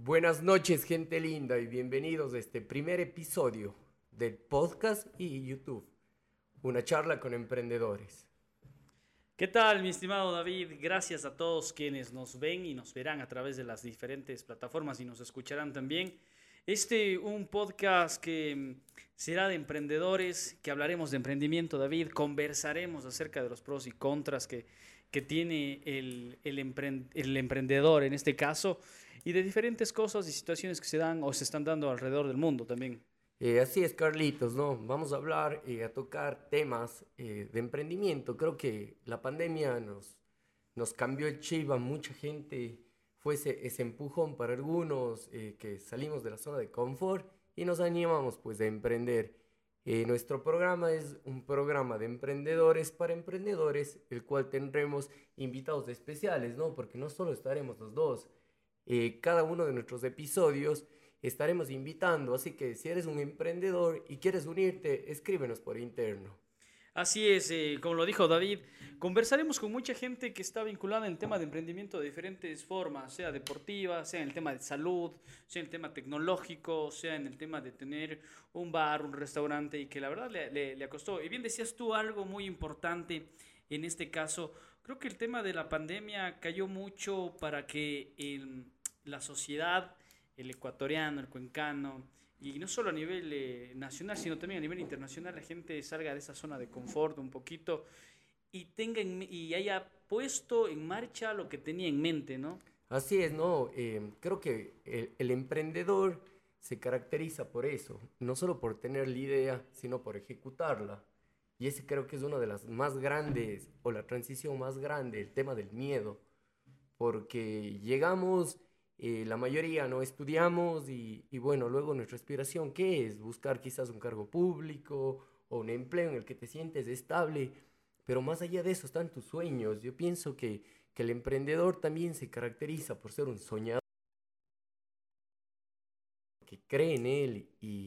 Buenas noches, gente linda, y bienvenidos a este primer episodio del podcast y YouTube, una charla con emprendedores. ¿Qué tal, mi estimado David? Gracias a todos quienes nos ven y nos verán a través de las diferentes plataformas y nos escucharán también. Un podcast que será de emprendedores, que hablaremos de emprendimiento, David, conversaremos acerca de los pros y contras que tiene el emprendedor en este caso y de diferentes cosas y situaciones que se dan o se están dando alrededor del mundo también. Así es, Carlitos, ¿no? Vamos a hablar y a tocar temas de emprendimiento. Creo que la pandemia nos cambió el chip a mucha gente, fue ese empujón para algunos que salimos de la zona de confort y nos animamos pues a emprender. Nuestro programa es un programa de emprendedores para emprendedores, el cual tendremos invitados especiales, ¿no? Porque no solo estaremos los dos, cada uno de nuestros episodios estaremos invitando, así que si eres un emprendedor y quieres unirte, escríbenos por interno. Así es, como lo dijo David, conversaremos con mucha gente que está vinculada en el tema de emprendimiento de diferentes formas, sea deportiva, sea en el tema de salud, sea en el tema tecnológico, sea en el tema de tener un bar, un restaurante y que la verdad le acostó. Y bien decías tú algo muy importante en este caso, creo que el tema de la pandemia cayó mucho para que la sociedad, el ecuatoriano, el cuencano, y no solo a nivel nacional, sino también a nivel internacional, la gente salga de esa zona de confort un poquito y y haya puesto en marcha lo que tenía en mente, ¿no? Así es, ¿no? Creo que el emprendedor se caracteriza por eso, no solo por tener la idea, sino por ejecutarla. Y ese creo que es una de las más grandes, o la transición más grande, el tema del miedo. Porque llegamos, la mayoría no estudiamos y bueno, luego nuestra aspiración, ¿qué es? Buscar quizás un cargo público o un empleo en el que te sientes estable, pero más allá de eso están tus sueños. Yo pienso que el emprendedor también se caracteriza por ser un soñador que cree en él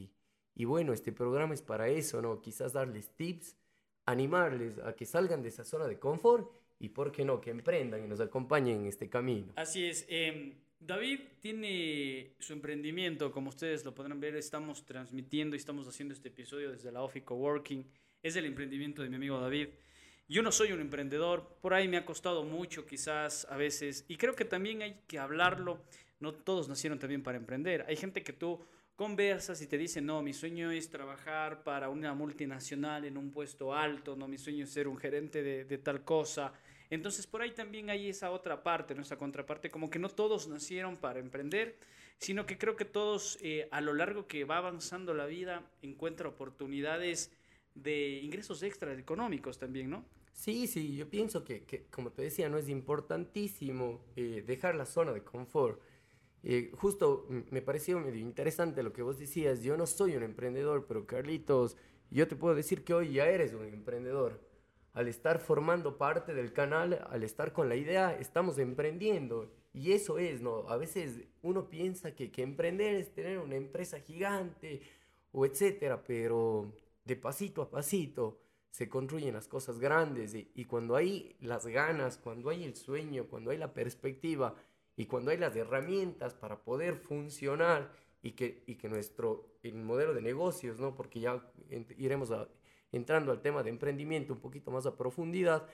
y bueno, este programa es para eso, ¿no? Quizás darles tips, animarles a que salgan de esa zona de confort y, ¿por qué no?, que emprendan y nos acompañen en este camino. Así es. David tiene su emprendimiento, como ustedes lo podrán ver, estamos transmitiendo y estamos haciendo este episodio desde la Office Coworking. Es el emprendimiento de mi amigo David. Yo no soy un emprendedor, por ahí me ha costado mucho quizás a veces, y creo que también hay que hablarlo, no todos nacieron también para emprender. Hay gente que tú conversas y te dice, no, mi sueño es trabajar para una multinacional en un puesto alto, no, mi sueño es ser un gerente de tal cosa. Entonces por ahí también hay esa otra parte, nuestra contraparte, como que no todos nacieron para emprender, sino que creo que todos a lo largo que va avanzando la vida encuentran oportunidades de ingresos extras económicos también, ¿no? Sí, sí, yo pienso como te decía, no es importantísimo dejar la zona de confort. Justo me pareció medio interesante lo que vos decías. Yo no soy un emprendedor, pero Carlitos, yo te puedo decir que hoy ya eres un emprendedor. Al estar formando parte del canal, al estar con la idea, estamos emprendiendo. Y eso es, ¿no? A veces uno piensa que emprender es tener una empresa gigante o etcétera, pero de pasito a pasito se construyen las cosas grandes y cuando hay las ganas, cuando hay el sueño, cuando hay la perspectiva y cuando hay las herramientas para poder funcionar y que nuestro el modelo de negocios, ¿no? Porque ya iremos entrando al tema de emprendimiento un poquito más a profundidad,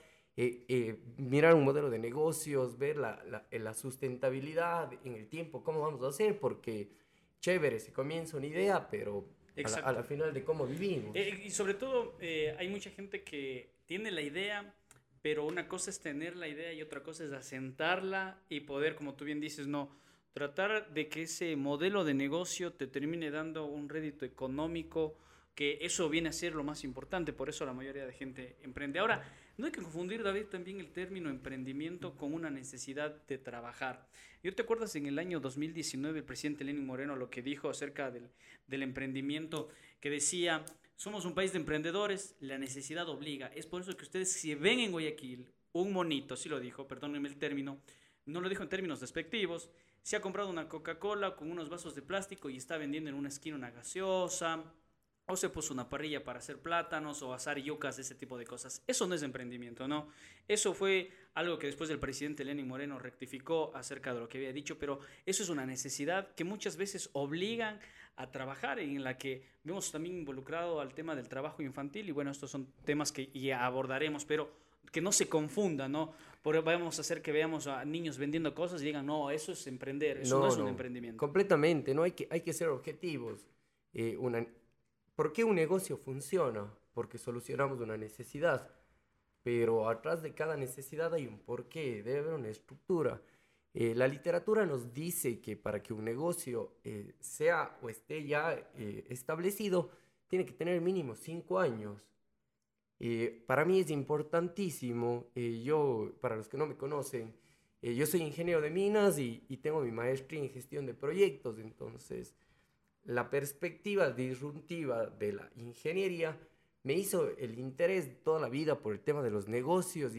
mirar un modelo de negocios, ver la sustentabilidad en el tiempo, cómo vamos a hacer, porque chévere, se comienza una idea, pero a la Exacto. final de cómo vivimos. Y sobre todo, hay mucha gente que tiene la idea, pero una cosa es tener la idea y otra cosa es asentarla y poder, como tú bien dices, no, tratar de que ese modelo de negocio te termine dando un rédito económico, que eso viene a ser lo más importante, por eso la mayoría de gente emprende. Ahora, no hay que confundir, David, también el término emprendimiento con una necesidad de trabajar. ¿Yo te acuerdas en el año 2019 el presidente Lenín Moreno lo que dijo acerca del emprendimiento, que decía, somos un país de emprendedores, la necesidad obliga. Es por eso que ustedes si ven en Guayaquil un monito, sí lo dijo, perdónenme el término, no lo dijo en términos despectivos, se ha comprado una Coca-Cola con unos vasos de plástico y está vendiendo en una esquina una gaseosa, o se puso una parrilla para hacer plátanos o asar yucas, ese tipo de cosas. Eso no es emprendimiento, ¿no? Eso fue algo que después el presidente Lenín Moreno rectificó acerca de lo que había dicho, pero eso es una necesidad que muchas veces obligan a trabajar, en la que vemos también involucrado al tema del trabajo infantil, y bueno, estos son temas que ya abordaremos, pero que no se confunda, ¿no? Porque vamos a hacer que veamos a niños vendiendo cosas y digan, no, eso es emprender, eso no No, es un no, emprendimiento. completamente, no hay que ser objetivos. Eh, una, ¿Por qué un negocio funciona? Porque solucionamos una necesidad, pero atrás de cada necesidad hay un porqué, debe haber una estructura. La literatura nos dice que para que un negocio sea o esté ya establecido, tiene que tener mínimo 5 años. Para mí es importantísimo, para los que no me conocen, yo soy ingeniero de minas y tengo mi maestría en gestión de proyectos, entonces la perspectiva disruptiva de la ingeniería me hizo el interés toda la vida por el tema de los negocios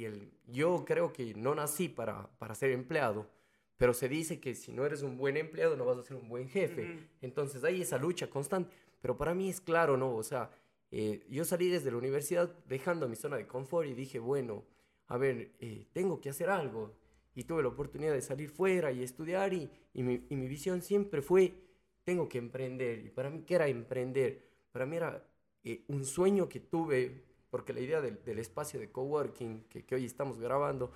yo creo que no nací para ser empleado, pero se dice que si no eres un buen empleado no vas a ser un buen jefe. Ujú. Entonces hay esa lucha constante, pero para mí es claro, ¿no? O sea, yo salí desde la universidad dejando mi zona de confort y dije, bueno, a ver, tengo que hacer algo. Y tuve la oportunidad de salir fuera y estudiar y mi visión siempre fue tengo que emprender. ¿Y para mí qué era emprender? Para mí era un sueño que tuve, porque la idea del espacio de coworking que hoy estamos grabando,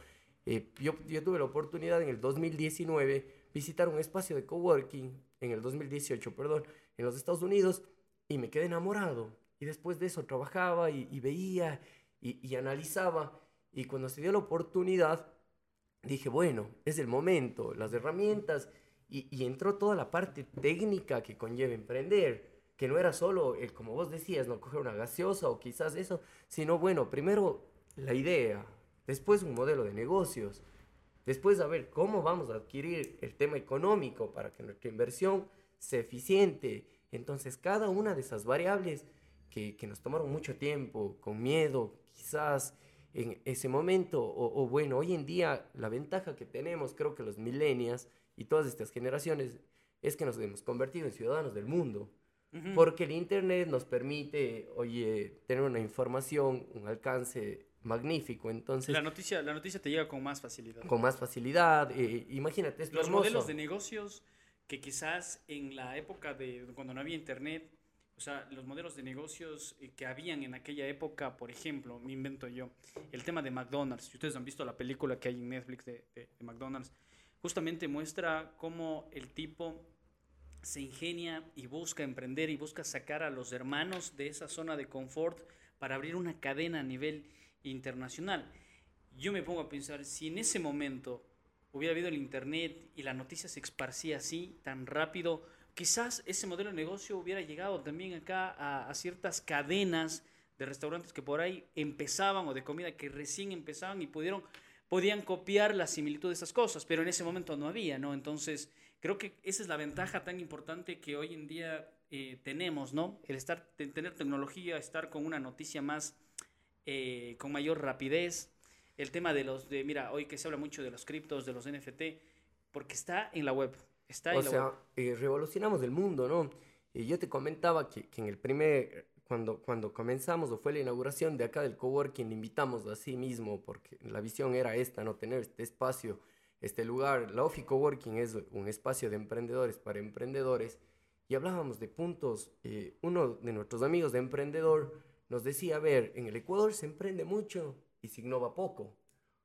yo tuve la oportunidad en el 2019 visitar un espacio de coworking, en el 2018, perdón, en los Estados Unidos, y me quedé enamorado. Y después de eso trabajaba y veía y analizaba. Y cuando se dio la oportunidad, dije, bueno, es el momento, las herramientas, y entró toda la parte técnica que conlleva emprender, que no era solo el, como vos decías, no coger una gaseosa o quizás eso, sino, bueno, primero la idea, después un modelo de negocios, después a ver cómo vamos a adquirir el tema económico para que nuestra inversión sea eficiente. Entonces, cada una de esas variables que nos tomaron mucho tiempo, con miedo, quizás en ese momento, o bueno, hoy en día la ventaja que tenemos, creo que los millennials y todas estas generaciones, es que nos hemos convertido en ciudadanos del mundo, Ujú. porque el Internet nos permite, oye, tener una información, un alcance magnífico, entonces, La noticia te llega con más facilidad. con más facilidad, imagínate, esto Los modelos de hermoso. negocios que quizás en la época de cuando no había internet, o sea, los modelos de negocios que habían en aquella época, por ejemplo, me invento yo, el tema de McDonald's. Si ustedes han visto la película que hay en Netflix de McDonald's, justamente muestra cómo el tipo se ingenia y busca emprender y busca sacar a los hermanos de esa zona de confort para abrir una cadena a nivel internacional. Yo me pongo a pensar, si en ese momento hubiera habido el internet y la noticia se esparcía así, tan rápido, quizás ese modelo de negocio hubiera llegado también acá a ciertas cadenas de restaurantes que por ahí empezaban o de comida que recién empezaban y podían copiar la similitud de esas cosas, pero en ese momento no había, ¿no? Entonces, creo que esa es la ventaja tan importante que hoy en día tenemos, ¿no? El tener tecnología, estar con una noticia más, con mayor rapidez. El tema mira, hoy que se habla mucho de los criptos, de los NFT, porque está en la web, está O en la web. sea, revolucionamos el mundo, ¿no? Yo te comentaba que en el cuando comenzamos o fue la inauguración de acá del coworking, invitamos a sí mismo, porque la visión era esta, ¿no? Tener este espacio, este lugar. La OFI Coworking es un espacio de emprendedores para emprendedores, y hablábamos de puntos. Uno de nuestros amigos de emprendedor nos decía, a ver, en el Ecuador se emprende mucho y se innova poco.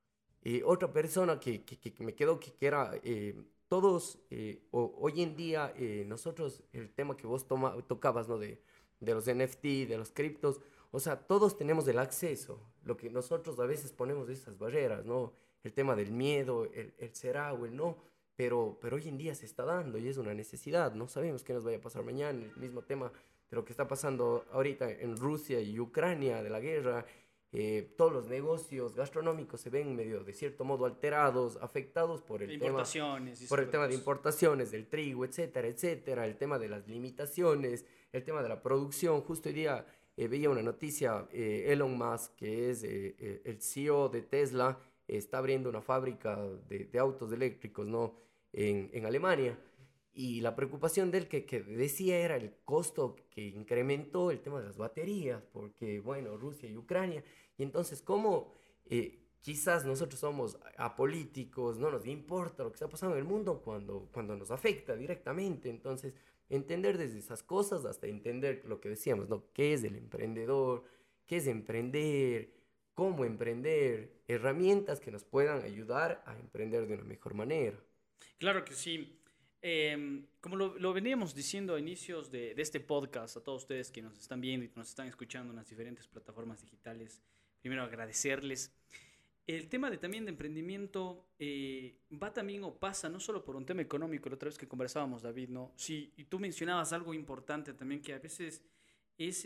Otra persona que me quedó que era, todos, hoy en día, nosotros, el tema que vos tocabas, ¿no? De los NFT, de los criptos, o sea, todos tenemos el acceso, lo que nosotros a veces ponemos esas barreras, ¿no? El tema del miedo, el será o el no, pero hoy en día se está dando y es una necesidad, no sabemos qué nos vaya a pasar mañana, el mismo tema de lo que está pasando ahorita en Rusia y Ucrania, de la guerra. Todos los negocios gastronómicos se ven medio de cierto modo alterados, afectados De importaciones y ese por tipo el de tema de cosas. importaciones del trigo, etcétera, etcétera, el tema de las limitaciones, el tema de la producción. Justo hoy día veía una noticia, Elon Musk, que es el CEO de Tesla, está abriendo una fábrica de autos eléctricos, ¿no? En Alemania. y la preocupación del que decía era el costo que incrementó el tema de las baterías, porque, bueno, Rusia y Ucrania, y entonces, ¿cómo quizás nosotros somos apolíticos, no nos importa lo que está pasando en el mundo cuando nos afecta directamente? Entonces, entender desde esas cosas hasta entender lo que decíamos, ¿no? ¿Qué es el emprendedor? ¿Qué es emprender? ¿Cómo emprender? Herramientas que nos puedan ayudar a emprender de una mejor manera. Claro que sí. Como lo veníamos diciendo a inicios de este podcast, a todos ustedes que nos están viendo y que nos están escuchando en las diferentes plataformas digitales, primero agradecerles. El tema también de emprendimiento va también o pasa no solo por un tema económico, la otra vez que conversábamos, David, ¿no? Sí, y tú mencionabas algo importante también, que a veces es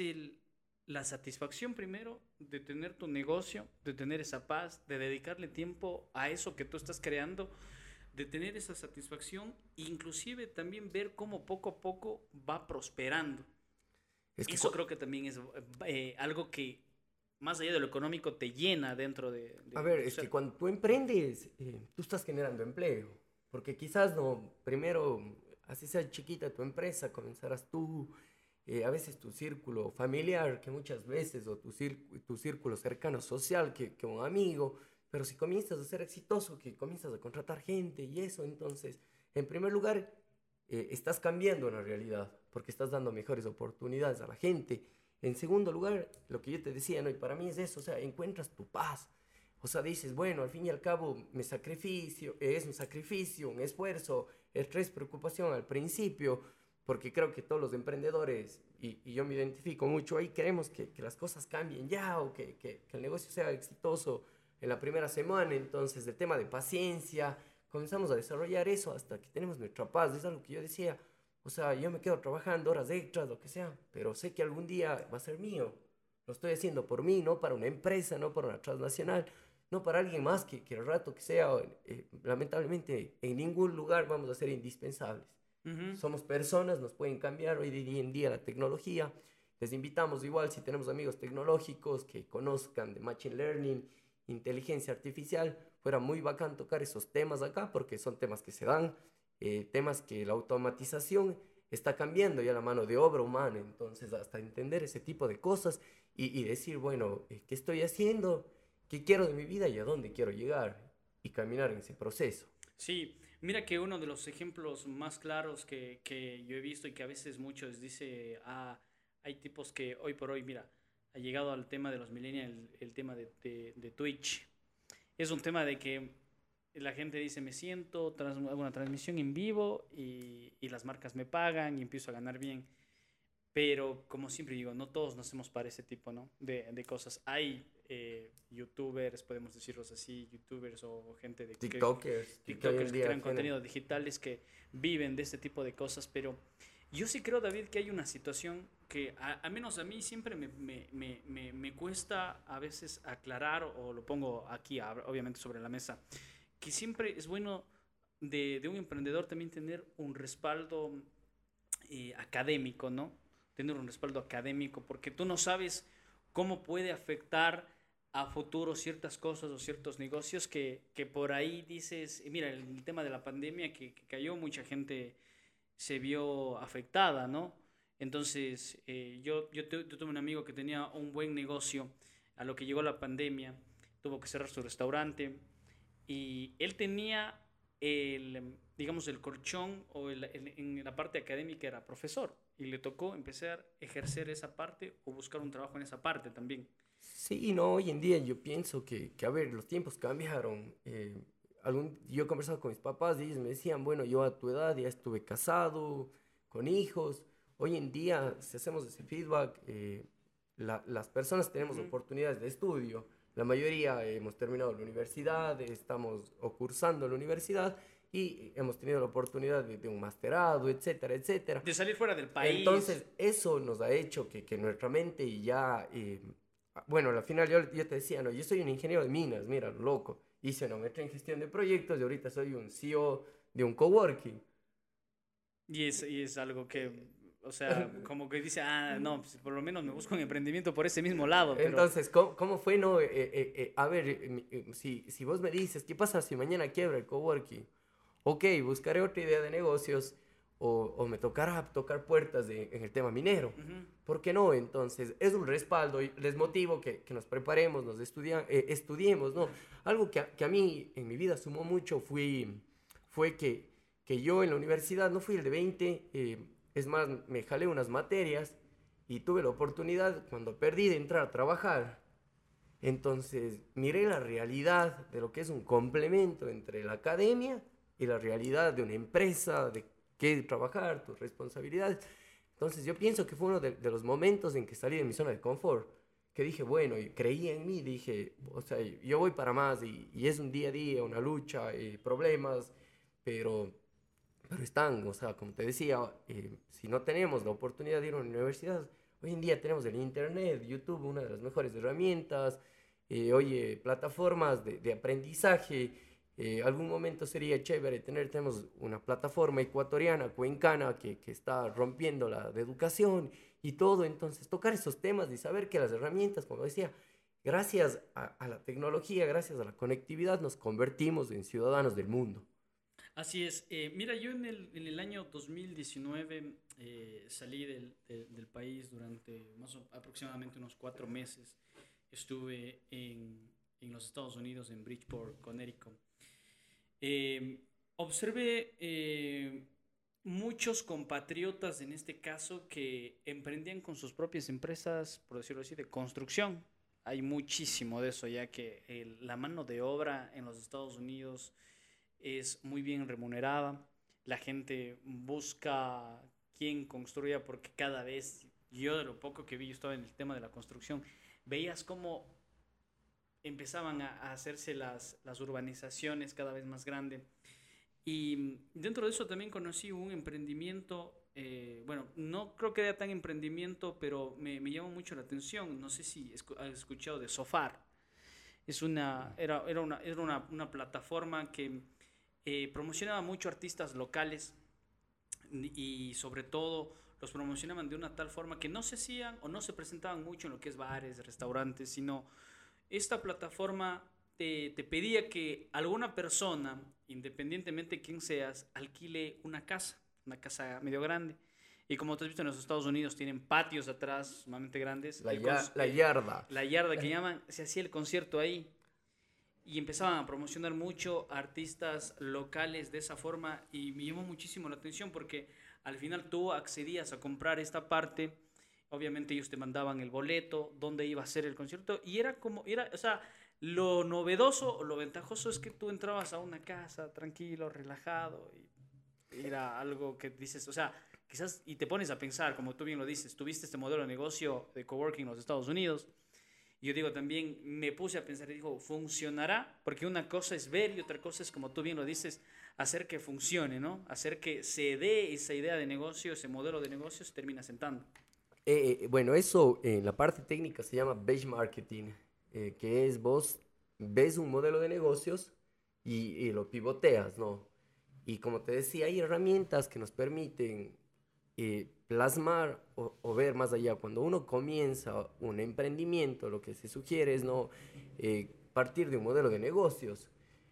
la satisfacción primero de tener tu negocio, de tener esa paz, de dedicarle tiempo a eso que tú estás creando, de tener esa satisfacción, inclusive también ver cómo poco a poco va prosperando. Es que, Eso creo que también es algo que, más allá de lo económico, te llena dentro a ver, de tu es que ser. cuando tú emprendes, tú estás generando empleo, porque quizás no, primero, así sea chiquita tu empresa, comenzarás tú, a veces tu círculo familiar, que muchas veces, o tu círculo cercano social, que un amigo, pero si comienzas a ser exitoso, que comienzas a contratar gente y eso, entonces, en primer lugar, estás cambiando una realidad, porque estás dando mejores oportunidades a la gente. En segundo lugar, lo que yo te decía, ¿no? Y para mí es eso, o sea, encuentras tu paz. O sea, dices, bueno, al fin y al cabo me sacrificio, es un sacrificio, un esfuerzo, estrés, preocupación al principio, porque creo que todos los emprendedores, y yo me identifico mucho ahí, queremos que las cosas cambien ya o que el negocio sea exitoso en la primera semana. Entonces, el tema de paciencia, comenzamos a desarrollar eso hasta que tenemos nuestra paz. Es algo que yo decía, o sea, yo me quedo trabajando horas extras, lo que sea, pero sé que algún día va a ser mío. Lo estoy haciendo por mí, no para una empresa, no para una transnacional, no para alguien más que el rato que sea, lamentablemente, en ningún lugar vamos a ser indispensables. Ujú. Somos personas, nos pueden cambiar hoy en día la tecnología. Les invitamos igual, si tenemos amigos tecnológicos que conozcan de Machine Learning, inteligencia artificial, fuera muy bacán tocar esos temas acá porque son temas que se dan, temas que la automatización está cambiando ya la mano de obra humana. Entonces, hasta entender ese tipo de cosas y decir, bueno, ¿qué estoy haciendo? ¿Qué quiero de mi vida y a dónde quiero llegar? Y caminar en ese proceso. Sí, mira que uno de los ejemplos más claros que yo he visto y que a veces muchos dice, hay tipos que hoy por hoy, mira, ha llegado al tema de los millennials, el tema de Twitch. Es un tema de que la gente dice, me siento, hago una transmisión en vivo y las marcas me pagan y empiezo a ganar bien. Pero como siempre digo, no todos nacemos para ese tipo, ¿no? de cosas. Hay youtubers, podemos decirlos así, youtubers o gente TikTokers, que hoy en TikTokers que día crean tienen. contenidos digitales que viven de este tipo de cosas, pero yo sí creo, David, que hay una situación que al menos a mí siempre me cuesta a veces aclarar, o lo pongo aquí, obviamente, sobre la mesa, que siempre es bueno de un emprendedor también tener un respaldo académico, ¿no? Tener un respaldo académico, porque tú no sabes cómo puede afectar a futuro ciertas cosas o ciertos negocios que por ahí dices, mira, el tema de la pandemia que cayó, mucha gente se vio afectada, ¿no? Entonces, yo tuve un amigo que tenía un buen negocio, a lo que llegó la pandemia, tuvo que cerrar su restaurante y él tenía digamos, el colchón o en la parte académica era profesor y le tocó empezar a ejercer esa parte o buscar un trabajo en esa parte también. Sí, no, hoy en día yo pienso a ver, los tiempos cambiaron. Yo he conversado con mis papás y ellos me decían, bueno, yo a tu edad ya estuve casado, con hijos. Hoy en día, si hacemos ese feedback, las personas tenemos Ujú. oportunidades de estudio. La mayoría hemos terminado la universidad, estamos o cursando la universidad y hemos tenido la oportunidad de un masterado, etcétera, etcétera. De salir fuera del país. Entonces, eso nos ha hecho que nuestra mente ya, bueno, al final yo te decía, no, yo soy un ingeniero de minas, mira, lo loco. Hice una maestría en gestión de proyectos y ahorita soy un CEO de un coworking. Y es algo que, o sea, como que dice, no, pues por lo menos me busco un emprendimiento por ese mismo lado, pero Entonces, ¿cómo fue, no? A ver, si vos me dices, ¿qué pasa si mañana quiebra el coworking? Ok, buscaré otra idea de negocios o me tocará tocar puertas en el tema minero. Ujú. ¿Por qué no? Entonces, es un respaldo y les motivo que nos preparemos, estudiemos, ¿no? Algo que a mí en mi vida sumó mucho fue que yo en la universidad no fui el de 20, es más, me jalé unas materias y tuve la oportunidad, cuando perdí, de entrar a trabajar. Entonces, miré la realidad de lo que es un complemento entre la academia y la realidad de una empresa, de qué trabajar, tus responsabilidades. Entonces, yo pienso que fue uno de los momentos en que salí de mi zona de confort, que dije, bueno, y creí en mí, dije, o sea, yo voy para más y es un día a día, una lucha, problemas, pero, pero están, o sea, como te decía, si no tenemos la oportunidad de ir a una universidad, hoy en día tenemos el Internet, YouTube, una de las mejores herramientas, oye, plataformas de aprendizaje. Algún momento sería chévere tenemos una plataforma ecuatoriana, cuencana, que está rompiendo la de educación y todo. Entonces, tocar esos temas y saber que las herramientas, como decía, gracias a la tecnología, gracias a la conectividad, nos convertimos en ciudadanos del mundo. Así es. Mira, yo en el año 2019 salí del país durante aproximadamente unos 4 meses. Estuve en los Estados Unidos, en Bridgeport, Connecticut. Observé muchos compatriotas en este caso que emprendían con sus propias empresas, por decirlo así, de construcción. Hay muchísimo de eso, ya que la mano de obra en los Estados Unidos es muy bien remunerada. La gente busca quien construya porque cada vez, yo de lo poco que vi, yo estaba en el tema de la construcción, veías cómo empezaban a hacerse las urbanizaciones cada vez más grandes. Y dentro de eso también conocí un emprendimiento, bueno, no creo que era tan emprendimiento, pero me llamó mucho la atención. No sé si has escuchado de Sofar. Era una plataforma que promocionaba mucho artistas locales y sobre todo los promocionaban de una tal forma que no se hacían o no se presentaban mucho en lo que es bares, restaurantes, sino esta plataforma te pedía que alguna persona, independientemente de quién seas, alquile una casa medio grande. Y como tú has visto en los Estados Unidos, tienen patios atrás sumamente grandes. La yarda. La yarda que llaman, se hacía el concierto ahí. Y empezaban a promocionar mucho a artistas locales de esa forma. Y me llamó muchísimo la atención porque al final tú accedías a comprar esta parte. Obviamente ellos te mandaban el boleto, dónde iba a ser el concierto. Y o sea, lo novedoso o lo ventajoso es que tú entrabas a una casa tranquilo, relajado. Y era algo que dices, o sea, quizás, y te pones a pensar, como tú bien lo dices, tuviste este modelo de negocio de coworking en los Estados Unidos. Y yo digo, también me puse a pensar y digo, ¿funcionará? Porque una cosa es ver y otra cosa es, como tú bien lo dices, hacer que funcione, ¿no? Hacer que se dé esa idea de negocio, ese modelo de negocio se termina sentando. Bueno, eso en la parte técnica se llama benchmarking, que es vos ves un modelo de negocios y lo pivoteas, ¿no? Y como te decía, hay herramientas que nos permiten plasmar o ver más allá. Cuando uno comienza un emprendimiento, lo que se sugiere es no partir de un modelo de negocios,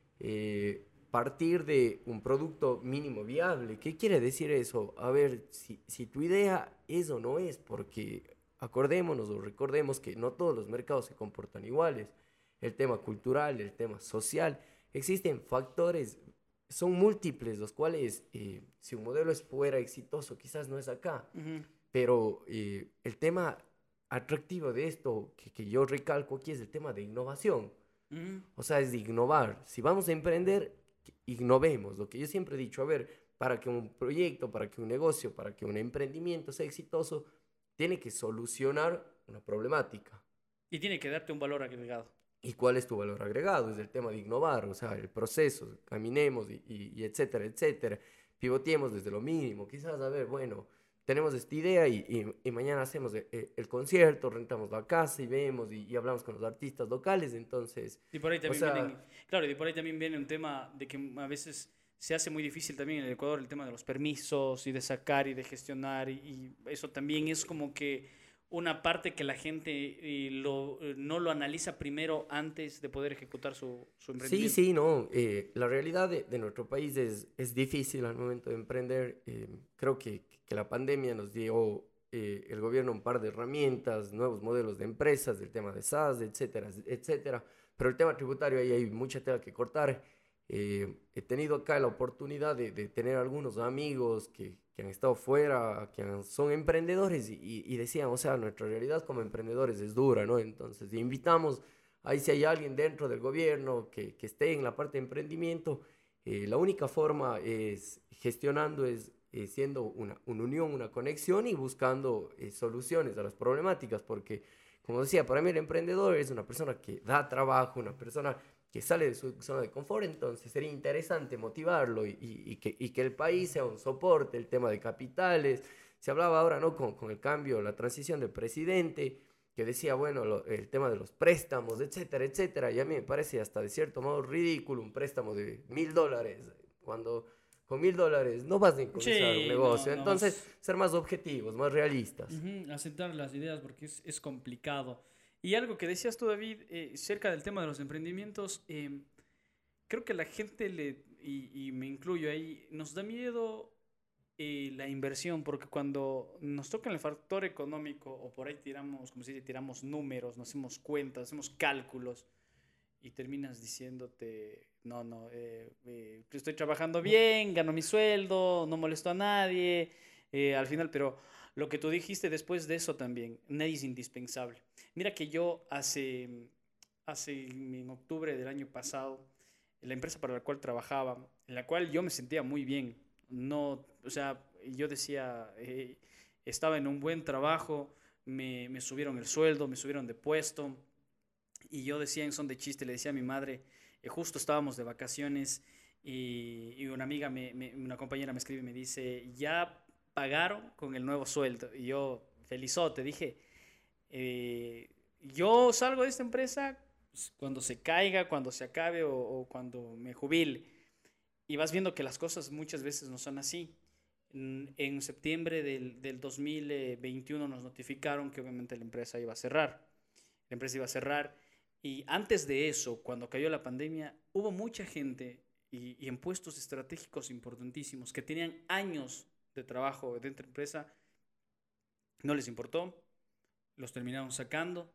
partir de un producto mínimo viable. ¿Qué quiere decir eso? A ver, si tu idea es o no es, porque acordémonos o recordemos que no todos los mercados se comportan iguales. El tema cultural, el tema social, existen factores, son múltiples, los cuales, si un modelo es fuera exitoso, quizás no es acá. Ujú. Pero el tema atractivo de esto, que yo recalco aquí, es el tema de innovación. Ujú. O sea, es de innovar. Si vamos a emprender, innovemos. Lo que yo siempre he dicho, a ver, para que un proyecto, para que un negocio, para que un emprendimiento sea exitoso, tiene que solucionar una problemática. Y tiene que darte un valor agregado. ¿Y cuál es tu valor agregado? Es el tema de innovar, o sea, el proceso, caminemos y etcétera, etcétera. Pivoteemos desde lo mínimo. Quizás, a ver, bueno, tenemos esta idea y mañana hacemos el concierto, rentamos la casa y vemos y hablamos con los artistas locales. Entonces, Y por ahí o también sea, claro, y por ahí también viene un tema de que a veces se hace muy difícil también en el Ecuador el tema de los permisos y de sacar y de gestionar y eso también es como que una parte que la gente no lo analiza primero antes de poder ejecutar su Sí, emprendimiento. sí, no. La realidad de nuestro país es difícil al momento de emprender. Creo que la pandemia nos dio el gobierno un par de herramientas, nuevos modelos de empresas, del tema de SaaS, etcétera, etcétera. Pero el tema tributario ahí hay mucha tela que cortar. He tenido acá la oportunidad de tener algunos amigos que han estado fuera, son emprendedores y decían, o sea, nuestra realidad como emprendedores es dura, ¿no? Entonces, invitamos. Ahí si hay alguien dentro del gobierno que esté en la parte de emprendimiento, la única forma es gestionando, es siendo una unión, una conexión y buscando soluciones a las problemáticas, porque como decía, para mí el emprendedor es una persona que da trabajo, una persona que sale de su zona de confort, entonces sería interesante motivarlo y que el país sea un soporte, el tema de capitales. Se hablaba ahora, ¿no? Con el cambio, la transición del presidente que decía, bueno, el tema de los préstamos, etcétera, etcétera, y a mí me parece hasta de cierto modo ridículo un préstamo de $1.000, cuando con $1.000 no vas a comenzar un Sí, no, negocio. no Entonces, vas. ser más objetivos, más realistas. Ujú, aceptar las ideas porque es complicado. Y algo que decías tú, David, cerca del tema de los emprendimientos, creo que la gente y me incluyo ahí, nos da miedo la inversión, porque cuando nos toca el factor económico o por ahí tiramos, como se dice, tiramos números, nos hacemos cuentas, hacemos cálculos y terminas diciéndote, no, no, estoy trabajando bien, gano mi sueldo, no molesto a nadie, al final, pero lo que tú dijiste después de eso también, nadie es indispensable. Mira que yo en octubre del año pasado, la empresa para la cual trabajaba, en la cual yo me sentía muy bien, no, o sea, yo decía, estaba en un buen trabajo, me subieron el sueldo, me subieron de puesto, y yo decía en son de chiste, le decía a mi madre, justo estábamos de vacaciones y una amiga, una compañera me escribe y me dice, ya pagaron con el nuevo sueldo. Y yo, felizote, dije, yo salgo de esta empresa cuando se caiga, cuando se acabe o cuando me jubile. Y vas viendo que las cosas muchas veces no son así. En septiembre del 2021 nos notificaron que obviamente la empresa iba a cerrar. La empresa iba a cerrar. Y antes de eso, cuando cayó la pandemia, hubo mucha gente y en puestos estratégicos importantísimos que tenían años de trabajo dentro de la empresa, no les importó, los terminaron sacando,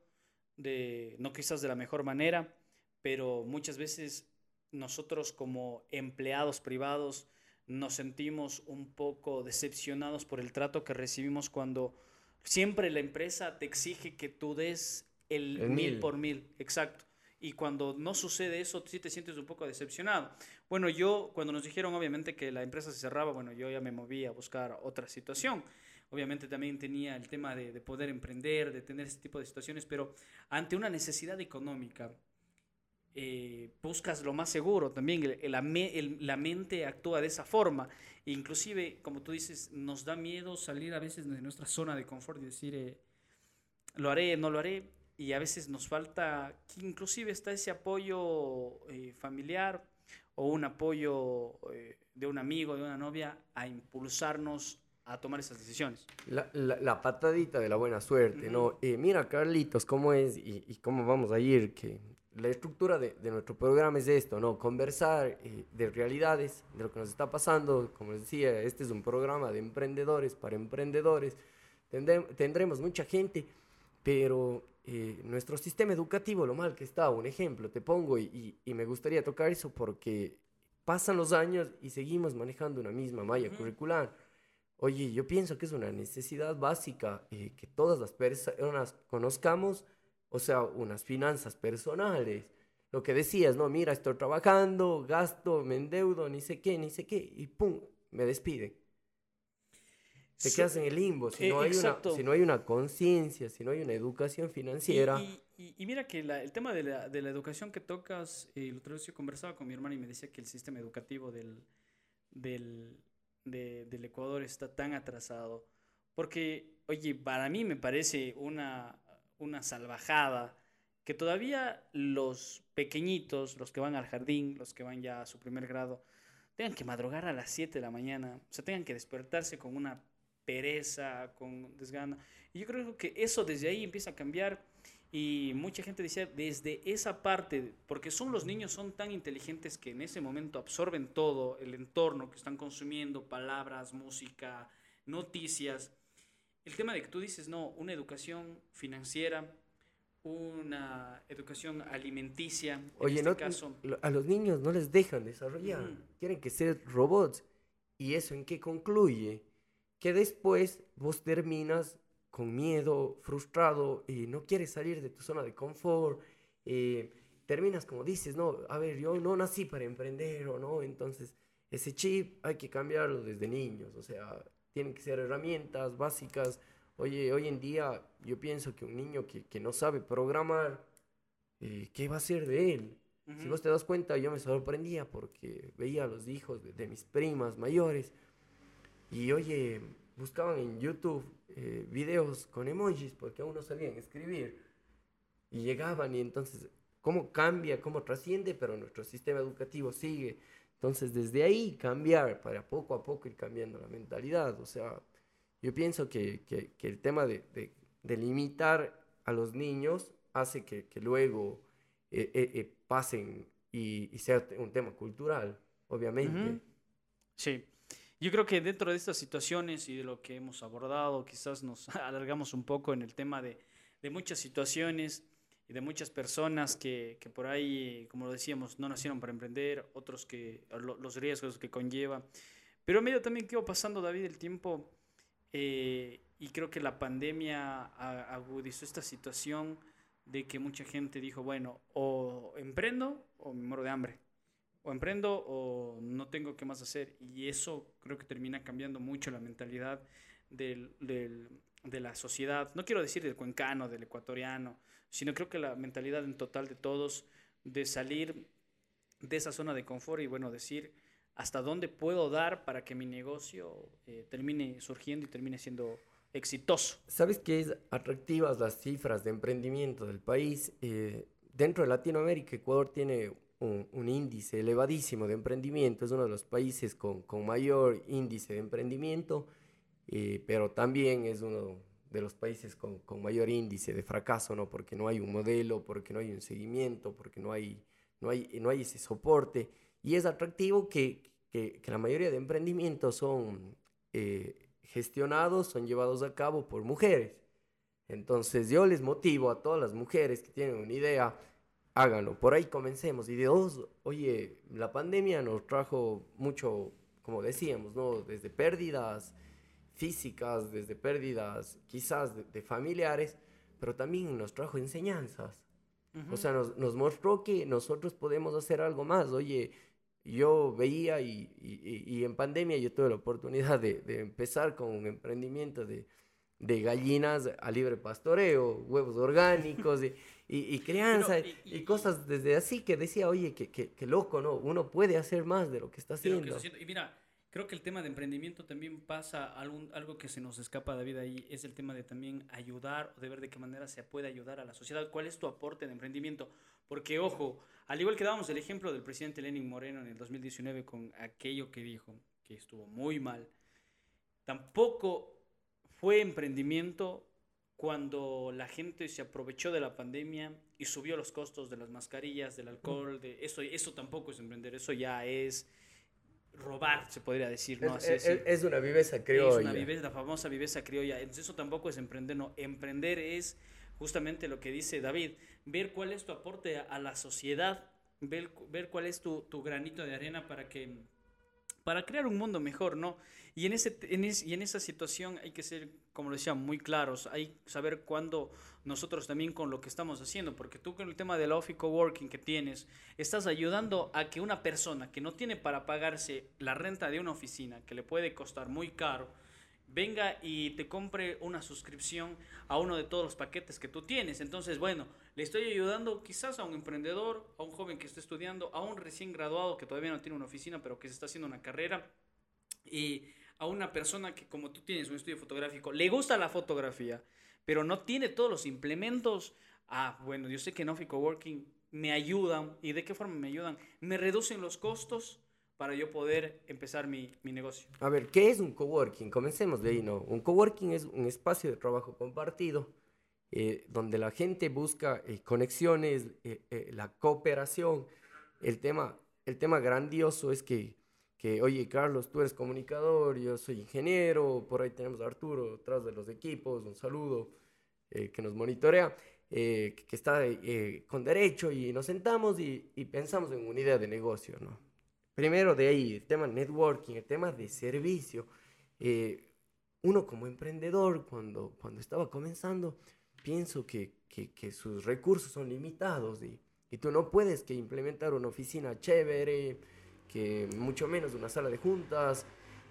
no quizás de la mejor manera, pero muchas veces nosotros como empleados privados nos sentimos un poco decepcionados por el trato que recibimos cuando siempre la empresa te exige que tú des el El mil mil. por mil, exacto. Y cuando no sucede eso, sí te sientes un poco decepcionado. Bueno, yo cuando nos dijeron obviamente que la empresa se cerraba, bueno, yo ya me moví a buscar otra situación. Obviamente también tenía el tema de poder emprender, de tener ese tipo de situaciones, pero ante una necesidad económica, buscas lo más seguro también. La mente actúa de esa forma. Inclusive, como tú dices, nos da miedo salir a veces de nuestra zona de confort y decir, lo haré, no lo haré. Y a veces nos falta, inclusive está ese apoyo familiar o un apoyo de un amigo, de una novia, a impulsarnos a tomar esas decisiones. La patadita de la buena suerte, Ujú. ¿no? Mira, Carlitos, cómo es y cómo vamos a ir, que la estructura de nuestro programa es esto, ¿no? Conversar de realidades, de lo que nos está pasando. Como les decía, este es un programa de emprendedores para emprendedores. Tendremos mucha gente, pero nuestro sistema educativo, lo mal que está, un ejemplo, te pongo, y me gustaría tocar eso porque pasan los años y seguimos manejando una misma malla Ujú. curricular. Oye, yo pienso que es una necesidad básica que todas las personas conozcamos, o sea, unas finanzas personales. Lo que decías, no, mira, estoy trabajando, gasto, me endeudo, ni sé qué, y pum, me despiden. Te So- quedas en el limbo. Si exacto. no hay una conciencia, si no hay una educación financiera. Y mira que el tema de la educación que tocas, el otro día yo conversaba con mi hermana y me decía que el sistema educativo del, del Ecuador está tan atrasado. Porque, oye, para mí me parece una salvajada que todavía los pequeñitos, los que van al jardín, los que van ya a su primer grado, tengan que madrugar a las 7 de la mañana, o sea, tengan que despertarse con una pereza, con desgana. Y yo creo que eso desde ahí empieza a cambiar y mucha gente decía desde esa parte, porque son los niños son tan inteligentes que en ese momento absorben todo el entorno que están consumiendo, palabras, música, noticias. El tema de que tú dices, no, una educación financiera, una educación alimenticia, en Oye, este no, caso. a los niños no les dejan desarrollar, Ujú, quieren que ser robots. ¿Y eso en qué concluye? Que después vos terminas con miedo, frustrado, y no quieres salir de tu zona de confort, eh, terminas como dices, no, a ver, yo no nací para emprender o no, entonces ese chip hay que cambiarlo desde niños, o sea, tienen que ser herramientas básicas. Oye, hoy en día yo pienso que un niño que no sabe programar, ¿qué va a ser de él? Si ujú. vos te das cuenta, yo me sorprendía porque veía a los hijos de mis primas mayores y, oye, buscaban en YouTube videos con emojis porque aún no sabían escribir y llegaban y entonces, ¿cómo cambia, cómo trasciende? Pero nuestro sistema educativo sigue. Entonces, desde ahí cambiar, para poco a poco ir cambiando la mentalidad. O sea, yo pienso que el tema de limitar a los niños hace que luego pasen y sea un tema cultural, Ujú. obviamente. Sí, yo creo que dentro de estas situaciones y de lo que hemos abordado, quizás nos alargamos un poco en el tema de muchas situaciones y de muchas personas que por ahí, como lo decíamos, no nacieron para emprender, otros que los riesgos que conlleva. Pero a medida también que iba pasando, David, el tiempo, y creo que la pandemia agudizó esta situación de que mucha gente dijo, bueno, o emprendo o me muero de hambre, o emprendo o no tengo qué más hacer. Y eso creo que termina cambiando mucho la mentalidad de la sociedad. No quiero decir del cuencano, del ecuatoriano, sino creo que la mentalidad en total de todos de salir de esa zona de confort y bueno, decir hasta dónde puedo dar para que mi negocio termine surgiendo y termine siendo exitoso. ¿Sabes qué es atractivas las cifras de emprendimiento del país? Dentro de Latinoamérica, Ecuador tiene un índice elevadísimo de emprendimiento, es uno de los países con mayor índice de emprendimiento, pero también es uno de los países con mayor índice de fracaso, ¿no? Porque no hay un modelo, porque no hay un seguimiento, porque no hay ese soporte. Y es atractivo que la mayoría de emprendimientos son gestionados, son llevados a cabo por mujeres. Entonces yo les motivo a todas las mujeres que tienen una idea, háganlo. Por ahí comencemos. Y de dos, oye, la pandemia nos trajo mucho, como decíamos, ¿no? Desde pérdidas físicas, desde pérdidas quizás de familiares, pero también nos trajo enseñanzas. O Ujú. sea, nos mostró que nosotros podemos hacer algo más. Oye, yo veía y en pandemia yo tuve la oportunidad de empezar con un emprendimiento de gallinas a libre pastoreo, huevos orgánicos y Pero, crianza y cosas desde así que decía, oye, que loco, ¿no? Uno puede hacer más de lo que está de lo que está haciendo. haciendo. Y mira, creo que el tema de emprendimiento también pasa algo que se nos escapa, David, ahí, es el tema de también ayudar o de ver de qué manera se puede ayudar a la sociedad. ¿Cuál es tu aporte de emprendimiento? Porque, ojo, al igual que dábamos el ejemplo del presidente Lenin Moreno en el 2019 con aquello que dijo, que estuvo muy mal, tampoco fue emprendimiento cuando la gente se aprovechó de la pandemia y subió los costos de las mascarillas, del alcohol, de eso tampoco es emprender, eso ya es robar, se podría decir, ¿no? Así decir. Es una viveza Es una criolla. viveza, la famosa viveza criolla. Entonces eso tampoco es emprender, no. Emprender es justamente lo que dice David, ver cuál es tu aporte a la sociedad, ver cuál es tu granito de arena para crear un mundo mejor, ¿no? Y en esa situación hay que ser, como lo decía, muy claros, hay que saber cuándo nosotros también con lo que estamos haciendo, porque tú con el tema del office coworking que tienes, estás ayudando a que una persona que no tiene para pagarse la renta de una oficina, que le puede costar muy caro, venga y te compre una suscripción a uno de todos los paquetes que tú tienes. Entonces, bueno, le estoy ayudando quizás a un emprendedor, a un joven que está estudiando, a un recién graduado que todavía no tiene una oficina, pero que se está haciendo una carrera, y a una persona que como tú tienes un estudio fotográfico, le gusta la fotografía, pero no tiene todos los implementos. Ah, bueno, yo sé que en Office Coworking me ayudan. ¿Y de qué forma me ayudan? Me reducen los costos para yo poder empezar mi negocio? A ver, ¿qué es un coworking? Comencemos de ahí, ¿no? Un coworking es un espacio de trabajo compartido donde la gente busca conexiones, la cooperación. El tema grandioso es oye, Carlos, tú eres comunicador, yo soy ingeniero, por ahí tenemos a Arturo, atrás de los equipos, un saludo, que nos monitorea, que está con derecho y nos sentamos y pensamos en una idea de negocio, ¿no? Primero de ahí, el tema networking, el tema de servicio. Eh, Uno como emprendedor, cuando estaba comenzando, pienso que sus recursos son limitados y tú no puedes que implementar una oficina chévere, que mucho menos una sala de juntas.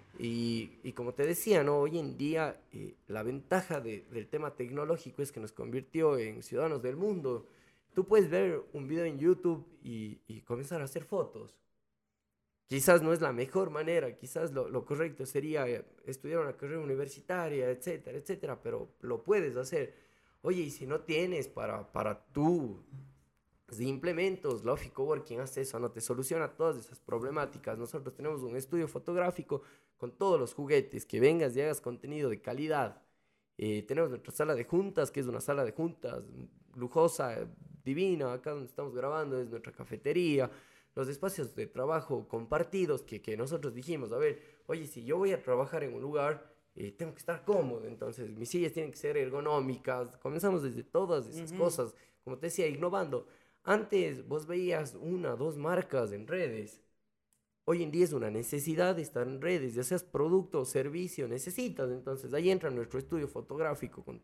Y como te decía, ¿no? Hoy en día la ventaja del tema tecnológico es que nos convirtió en ciudadanos del mundo. Tú puedes ver un video en YouTube y comenzar a hacer fotos. Quizás no es la mejor manera, quizás lo correcto sería estudiar una carrera universitaria, etcétera, etcétera, pero lo puedes hacer. Oye, y si no tienes para tú implementos, Lofi Coworking hace eso, no te soluciona todas esas problemáticas. Nosotros tenemos un estudio fotográfico con todos los juguetes, que vengas y hagas contenido de calidad. Tenemos nuestra sala de juntas, que es una sala de juntas lujosa, divina, acá donde estamos grabando es nuestra cafetería, los espacios de trabajo compartidos que nosotros dijimos, a ver, oye, si yo voy a trabajar en un lugar, tengo que estar cómodo, entonces mis sillas tienen que ser ergonómicas, comenzamos desde todas esas cosas, como te decía, innovando. Antes vos veías una, dos marcas en redes. Hoy en día es una necesidad de estar en redes, ya seas producto o servicio, necesitas. Entonces ahí entra nuestro estudio fotográfico, con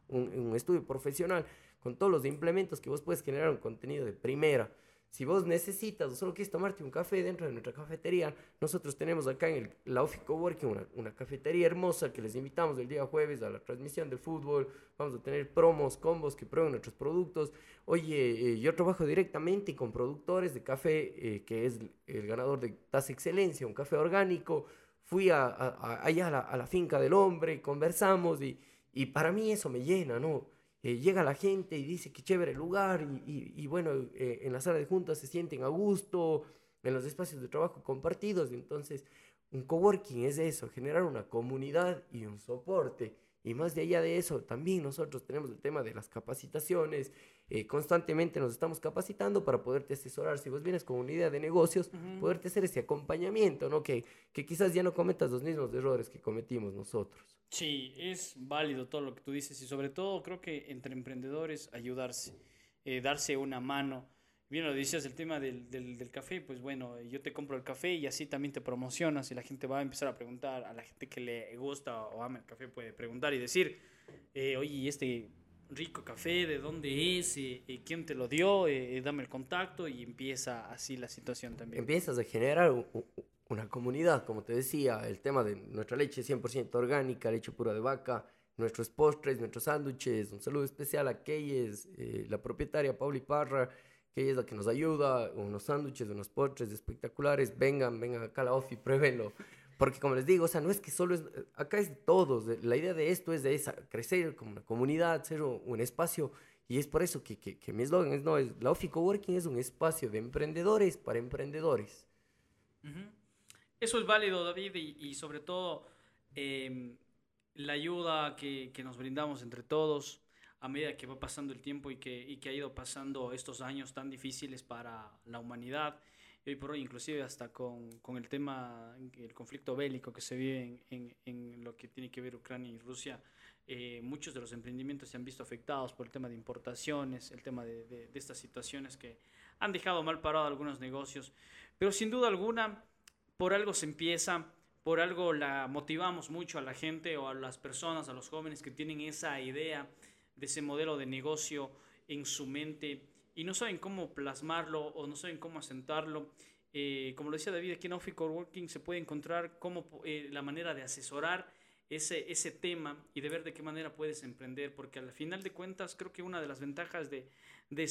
un estudio profesional, con todos los implementos que vos puedes generar un contenido de primera. Si vos necesitas o solo quieres tomarte un café dentro de nuestra cafetería, nosotros tenemos acá en la Ofi Coworking una cafetería hermosa que les invitamos el día jueves a la transmisión de fútbol. Vamos a tener promos, combos que prueben nuestros productos. Oye, yo trabajo directamente con productores de café, que es el ganador de Taza Excelencia, un café orgánico. Fui allá a la finca del hombre, conversamos y para mí eso me llena, ¿no? Llega la gente y dice que chévere el lugar y bueno, en la sala de juntas se sienten a gusto, en los espacios de trabajo compartidos. Entonces, un coworking es eso, generar una comunidad y un soporte. Y más de allá de eso, también nosotros tenemos el tema de las capacitaciones. Constantemente nos estamos capacitando para poderte asesorar. Si vos vienes con una idea de negocios, poderte hacer ese acompañamiento, ¿no? Que quizás ya no cometas los mismos errores que cometimos nosotros. Sí, es válido todo lo que tú dices y sobre todo creo que entre emprendedores ayudarse, darse una mano. Bien lo dices, el tema del café, pues bueno, yo te compro el café y así también te promocionas y la gente va a empezar a preguntar, a la gente que le gusta o ama el café puede preguntar y decir, oye, ¿y este rico café de dónde es? ¿Quién te lo dio? Dame el contacto y empieza así la situación también. Empiezas a generar una comunidad, como te decía, el tema de nuestra leche 100% orgánica, leche pura de vaca, nuestros postres, nuestros sándwiches. Un saludo especial a Keyes, la propietaria Pauli Parra, que ella es la que nos ayuda, unos sándwiches, unos postres espectaculares. Vengan acá a la OFI, pruébenlo. Porque como les digo, o sea, no es que solo es, acá es de todos. La idea de esto es de crecer como una comunidad, ser un espacio. Y es por eso que mi eslogan es, no, es, la OFI Coworking es un espacio de emprendedores para emprendedores. Ujú. Eso es válido, David, y sobre todo em, la ayuda que nos brindamos entre todos a medida que va pasando el tiempo y que ha ido pasando estos años tan difíciles para la humanidad. Y hoy por hoy, inclusive hasta con el tema, el conflicto bélico que se vive en lo que tiene que ver Ucrania y Rusia, muchos de los emprendimientos se han visto afectados por el tema de importaciones, el tema de estas situaciones que han dejado mal parado algunos negocios. Pero sin duda alguna por algo se empieza, por algo la motivamos mucho a la gente o a las personas, a los jóvenes que tienen esa idea de ese modelo de negocio en su mente y no saben cómo plasmarlo o no saben cómo asentarlo. Como lo decía David, aquí en Office Coworking se puede encontrar la manera de asesorar ese tema y de ver de qué manera puedes emprender, porque al final de cuentas creo que una de las ventajas de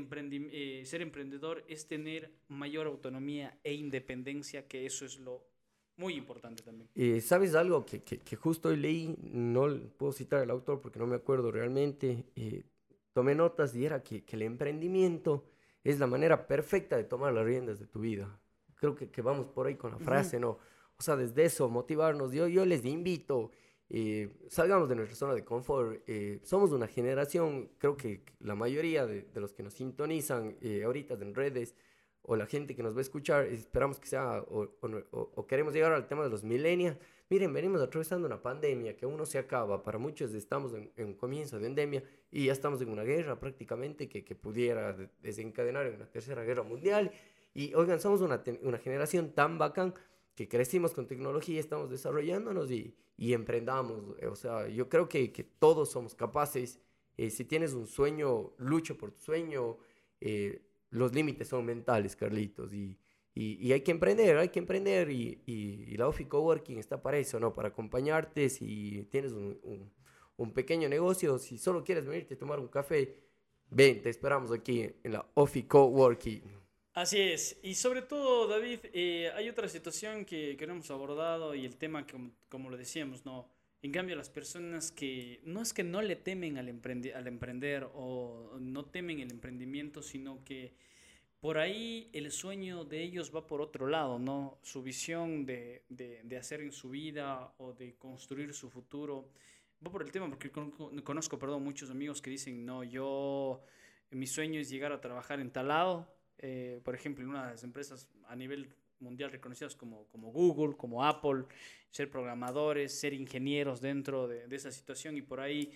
ser emprendedor es tener mayor autonomía e independencia, que eso es lo muy importante también. ¿Sabes algo que justo hoy leí? No puedo citar al autor porque no me acuerdo realmente. Tomé notas y era que el emprendimiento es la manera perfecta de tomar las riendas de tu vida. creo que vamos por ahí con la frase, ¿no? O sea, desde eso, motivarnos. Yo les invito, salgamos de nuestra zona de confort. Somos una generación, creo que la mayoría de los que nos sintonizan ahorita en redes o la gente que nos va a escuchar, esperamos que sea o queremos llegar al tema de los millennials. Miren, venimos atravesando una pandemia que aún no se acaba. Para muchos estamos en un comienzo de endemia y ya estamos en una guerra prácticamente que pudiera desencadenar en una tercera guerra mundial. Y oigan, somos una generación tan bacán que crecimos con tecnología, estamos desarrollándonos y emprendamos. O sea, yo creo que todos somos capaces. Si tienes un sueño, lucha por tu sueño. Los límites son mentales, Carlitos. Y hay que emprender. Y la Office Coworking está para eso, ¿no? Para acompañarte. Si tienes un pequeño negocio, si solo quieres venirte a tomar un café, ven, te esperamos aquí en la Office Coworking. Así es, y sobre todo, David, hay otra situación que no hemos abordado y el tema, como lo decíamos, ¿no? En cambio, las personas que no es que no le temen al emprender o no temen el emprendimiento, sino que por ahí el sueño de ellos va por otro lado, ¿no? Su visión de hacer en su vida o de construir su futuro va por el tema, porque conozco, perdón, muchos amigos que dicen, no, mi sueño es llegar a trabajar en tal lado, por ejemplo, en una de las empresas a nivel mundial reconocidas como Google, como Apple, ser programadores, ser ingenieros dentro de esa situación y por ahí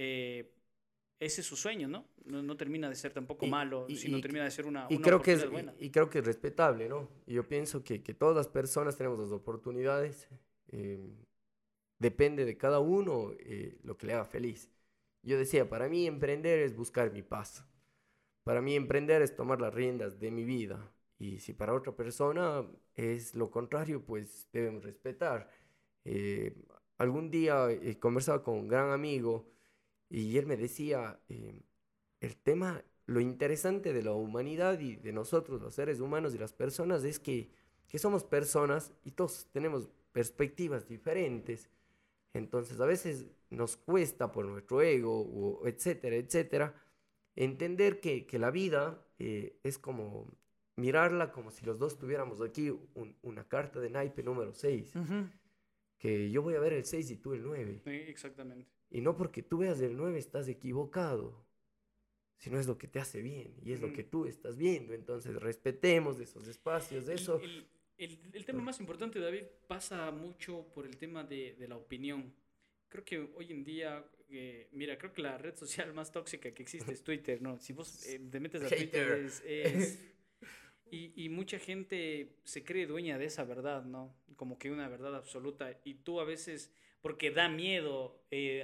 ese es su sueño, ¿no? No termina de ser tampoco Y, malo, sino y, termina de ser y una creo que oportunidad buena. creo que es respetable, ¿no? Y yo pienso que todas las personas tenemos las oportunidades. eh, Depende de cada uno lo que le haga feliz. Yo decía, para mí emprender es buscar mi paz. Para mí emprender es tomar las riendas de mi vida. Y si para otra persona es lo contrario, pues debemos respetar. Eh, Algún día conversaba con un gran amigo y él me decía, el tema, lo interesante de la humanidad y de nosotros, los seres humanos y las personas, es que somos personas y todos tenemos perspectivas diferentes. Entonces a veces nos cuesta por nuestro ego, o etcétera, etcétera, entender que la vida es como mirarla como si los dos tuviéramos aquí una carta de naipe número 6, Ujú. que yo voy a ver el 6 y tú el 9. Sí, exactamente. Y no porque tú veas el 9 estás equivocado, sino es lo que te hace bien y es lo Ujú. que tú estás viendo. Entonces respetemos esos espacios, de El, eso. el- el tema más importante, David, pasa mucho por el tema de la opinión. Creo que hoy en día, mira, creo que la red social más tóxica que existe es Twitter, ¿no? Si vos te metes a Twitter Hater. y mucha gente se cree dueña de esa verdad, ¿no? Como que una verdad absoluta. Y tú a veces, porque da miedo,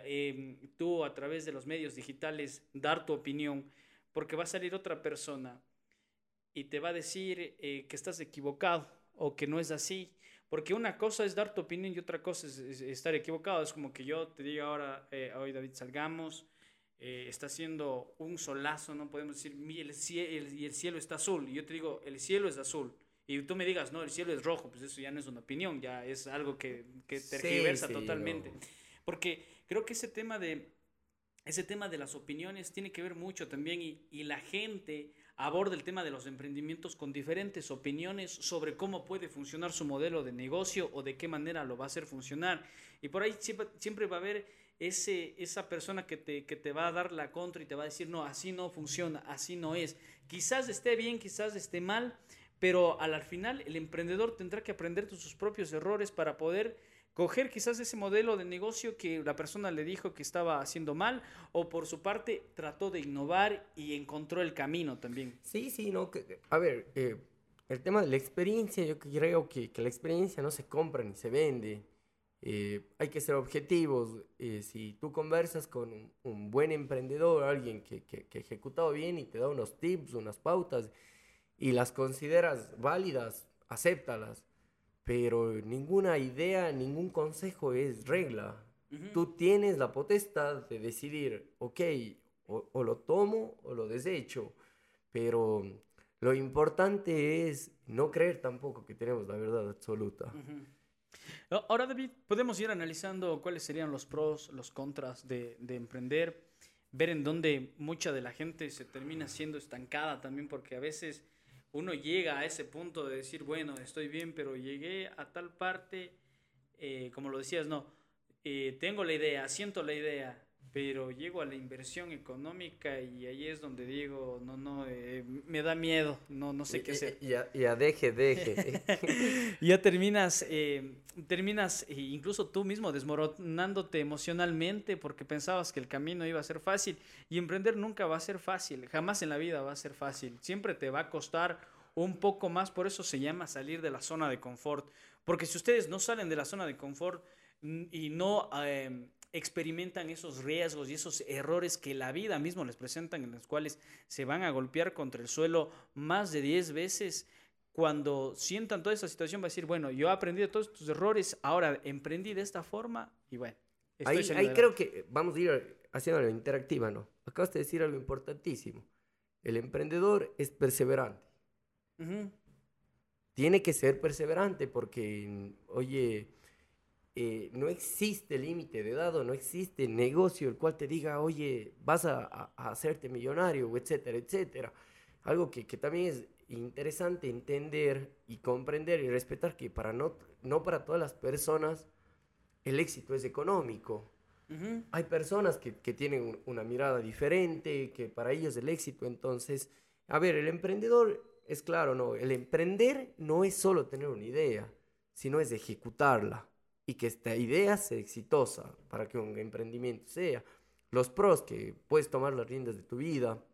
tú a través de los medios digitales dar tu opinión, porque va a salir otra persona y te va a decir que estás equivocado o que no es así. Porque una cosa es dar tu opinión y otra cosa es estar equivocado. Es como que yo te diga ahora, hoy David, salgamos, está haciendo un solazo, no podemos decir, y el cielo está azul. Y yo te digo, el cielo es azul. Y tú me digas, no, el cielo es rojo, pues eso ya no es una opinión, ya es algo que Sí, tergiversa sí, totalmente. no. Porque creo que ese tema de las opiniones tiene que ver mucho también y la gente aborda el tema de los emprendimientos con diferentes opiniones sobre cómo puede funcionar su modelo de negocio o de qué manera lo va a hacer funcionar. Y por ahí siempre va a haber esa persona que te va a dar la contra y te va a decir, no, así no funciona, así no es. Quizás esté bien, quizás esté mal, pero al final el emprendedor tendrá que aprender de sus propios errores para poder coger quizás ese modelo de negocio que la persona le dijo que estaba haciendo mal o por su parte trató de innovar y encontró el camino también. Sí, sí, no, a ver, el tema de la experiencia, yo creo que la experiencia no se compra ni se vende. Hay que ser objetivos. Si tú conversas con un buen emprendedor, alguien que ha ejecutado bien y te da unos tips, unas pautas y las consideras válidas, acéptalas. Pero ninguna idea, ningún consejo es regla. Ujú. Tú tienes la potestad de decidir, ok, o lo tomo o lo desecho, pero lo importante es no creer tampoco que tenemos la verdad absoluta. Ujú. Ahora, David, podemos ir analizando cuáles serían los pros, los contras de emprender, ver en dónde mucha de la gente se termina siendo estancada también, porque a veces uno llega a ese punto de decir, bueno, estoy bien, pero llegué a tal parte, como lo decías, no, tengo la idea, siento la idea, pero llego a la inversión económica y ahí es donde digo, no, no, me da miedo, no, no sé qué hacer. Ya deje. Y ya terminas incluso tú mismo desmoronándote emocionalmente porque pensabas que el camino iba a ser fácil y emprender nunca va a ser fácil, jamás en la vida va a ser fácil, siempre te va a costar un poco más, por eso se llama salir de la zona de confort, porque si ustedes no salen de la zona de confort y no experimentan esos riesgos y esos errores que la vida mismo les presentan, en los cuales se van a golpear contra el suelo más de 10 veces, cuando sientan toda esa situación va a decir, bueno, yo aprendí de todos estos errores, ahora emprendí de esta forma y bueno, estoy saliendo Ahí creo adelante. que vamos a ir haciendo la interactiva, ¿no? Acabas de decir algo importantísimo. El emprendedor es perseverante. Ujú, Tiene que ser perseverante porque, oye, no existe límite de edad, no existe negocio el cual te diga, oye, vas a hacerte millonario, o etcétera, etcétera. Algo que también es interesante entender y comprender y respetar que no para todas las personas el éxito es económico. ujú. Hay personas que tienen una mirada diferente, que para ellos el éxito, entonces, a ver, el emprendedor es claro, no, el emprender no es solo tener una idea, sino es ejecutarla y que esta idea sea exitosa para que un emprendimiento sea. Los pros, que puedes tomar las riendas de tu vida,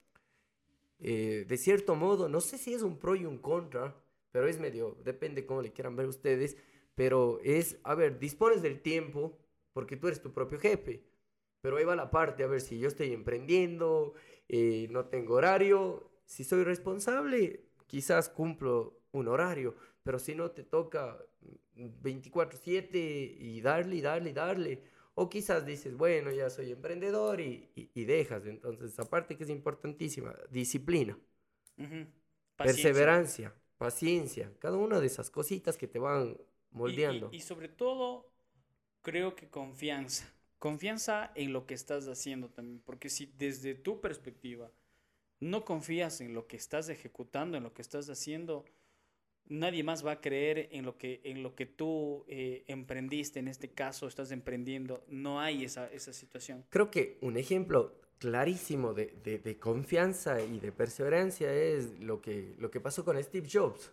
de cierto modo, no sé si es un pro y un contra, pero es medio, depende cómo le quieran ver ustedes, pero es, a ver, dispones del tiempo porque tú eres tu propio jefe, pero ahí va la parte, a ver, si yo estoy emprendiendo, no tengo horario, si soy responsable, quizás cumplo un horario, pero si no te toca 24/7 y darle, y darle, y darle. O quizás dices, bueno, ya soy emprendedor y dejas. Entonces, aparte que es importantísima, disciplina, Ujú. Paciencia. perseverancia, paciencia, cada una de esas cositas que te van moldeando. Y sobre todo, creo que confianza. Confianza en lo que estás haciendo también. Porque si desde tu perspectiva no confías en lo que estás ejecutando, en lo que estás haciendo, nadie más va a creer en lo que tú emprendiste. En este caso, estás emprendiendo. No hay esa situación. Creo que un ejemplo clarísimo de confianza y de perseverancia es lo que pasó con Steve Jobs.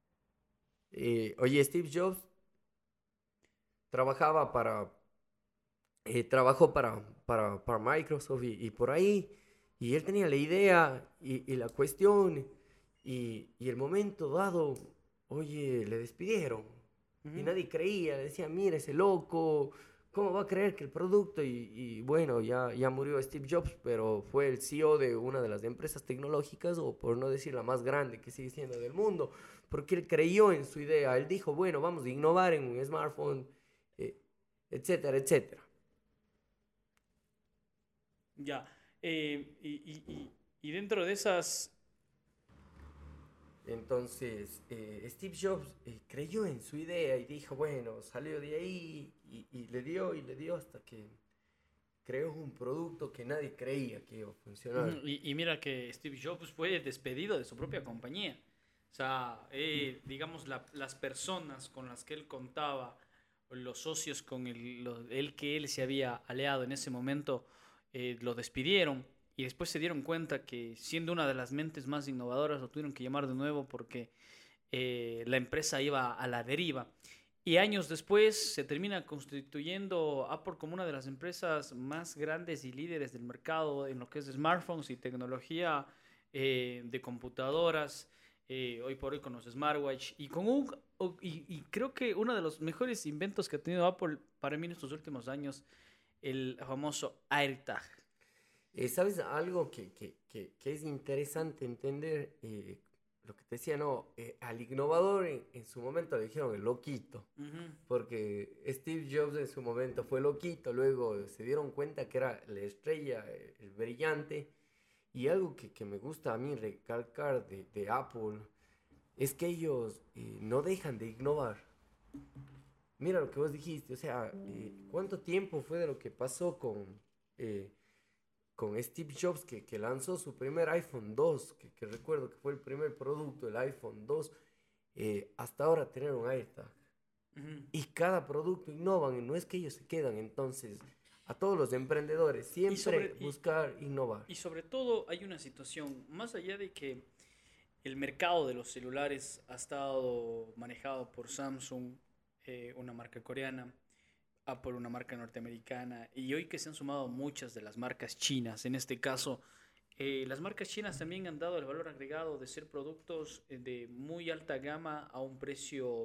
Oye, Steve Jobs trabajaba trabajó para Microsoft y por ahí, y él tenía la idea y la cuestión, y el momento dado, oye, le despidieron, y Ujú. nadie creía, decía, mira ese loco, ¿cómo va a creer que el producto? Y bueno, ya murió Steve Jobs, pero fue el CEO de una de las empresas tecnológicas, o por no decir la más grande que sigue siendo del mundo, porque él creyó en su idea, él dijo, bueno, vamos a innovar en un smartphone, eh, etcétera, etcétera. Ya. Y dentro de esas. Entonces, Steve Jobs creyó en su idea y dijo, bueno, salió de ahí y le dio hasta que creó un producto que nadie creía que iba a funcionar. Ujú. Y mira que Steve Jobs fue despedido de su propia compañía. O sea, digamos, las personas con las que él contaba, los socios con el que él se había aliado en ese momento, lo despidieron y después se dieron cuenta que siendo una de las mentes más innovadoras lo tuvieron que llamar de nuevo porque la empresa iba a la deriva. Y años después se termina constituyendo Apple como una de las empresas más grandes y líderes del mercado en lo que es de smartphones y tecnología de computadoras, hoy por hoy con los smartwatch. Y creo que uno de los mejores inventos que ha tenido Apple para mí en estos últimos años, el famoso AirTag. ¿Sabes algo que es interesante entender? Lo que te decía, no, al innovador en su momento le dijeron el loquito, Ujú. porque Steve Jobs en su momento fue loquito, luego se dieron cuenta que era la estrella, el brillante, y algo que me gusta a mí recalcar de Apple es que ellos no dejan de innovar. Mira lo que vos dijiste, o sea, ¿cuánto tiempo fue de lo que pasó eh, con Steve Jobs que lanzó su primer iPhone 2, que recuerdo que fue el primer producto, el iPhone 2, hasta ahora tener un AirTag. Y cada producto innovan, y no es que ellos se quedan. Entonces, a todos los emprendedores, siempre buscar innovar. Y sobre todo hay una situación, más allá de que el mercado de los celulares ha estado manejado por Samsung, una marca coreana, Apple, una marca norteamericana, y hoy que se han sumado muchas de las marcas chinas, en este caso, las marcas chinas también han dado el valor agregado de ser productos de muy alta gama a un precio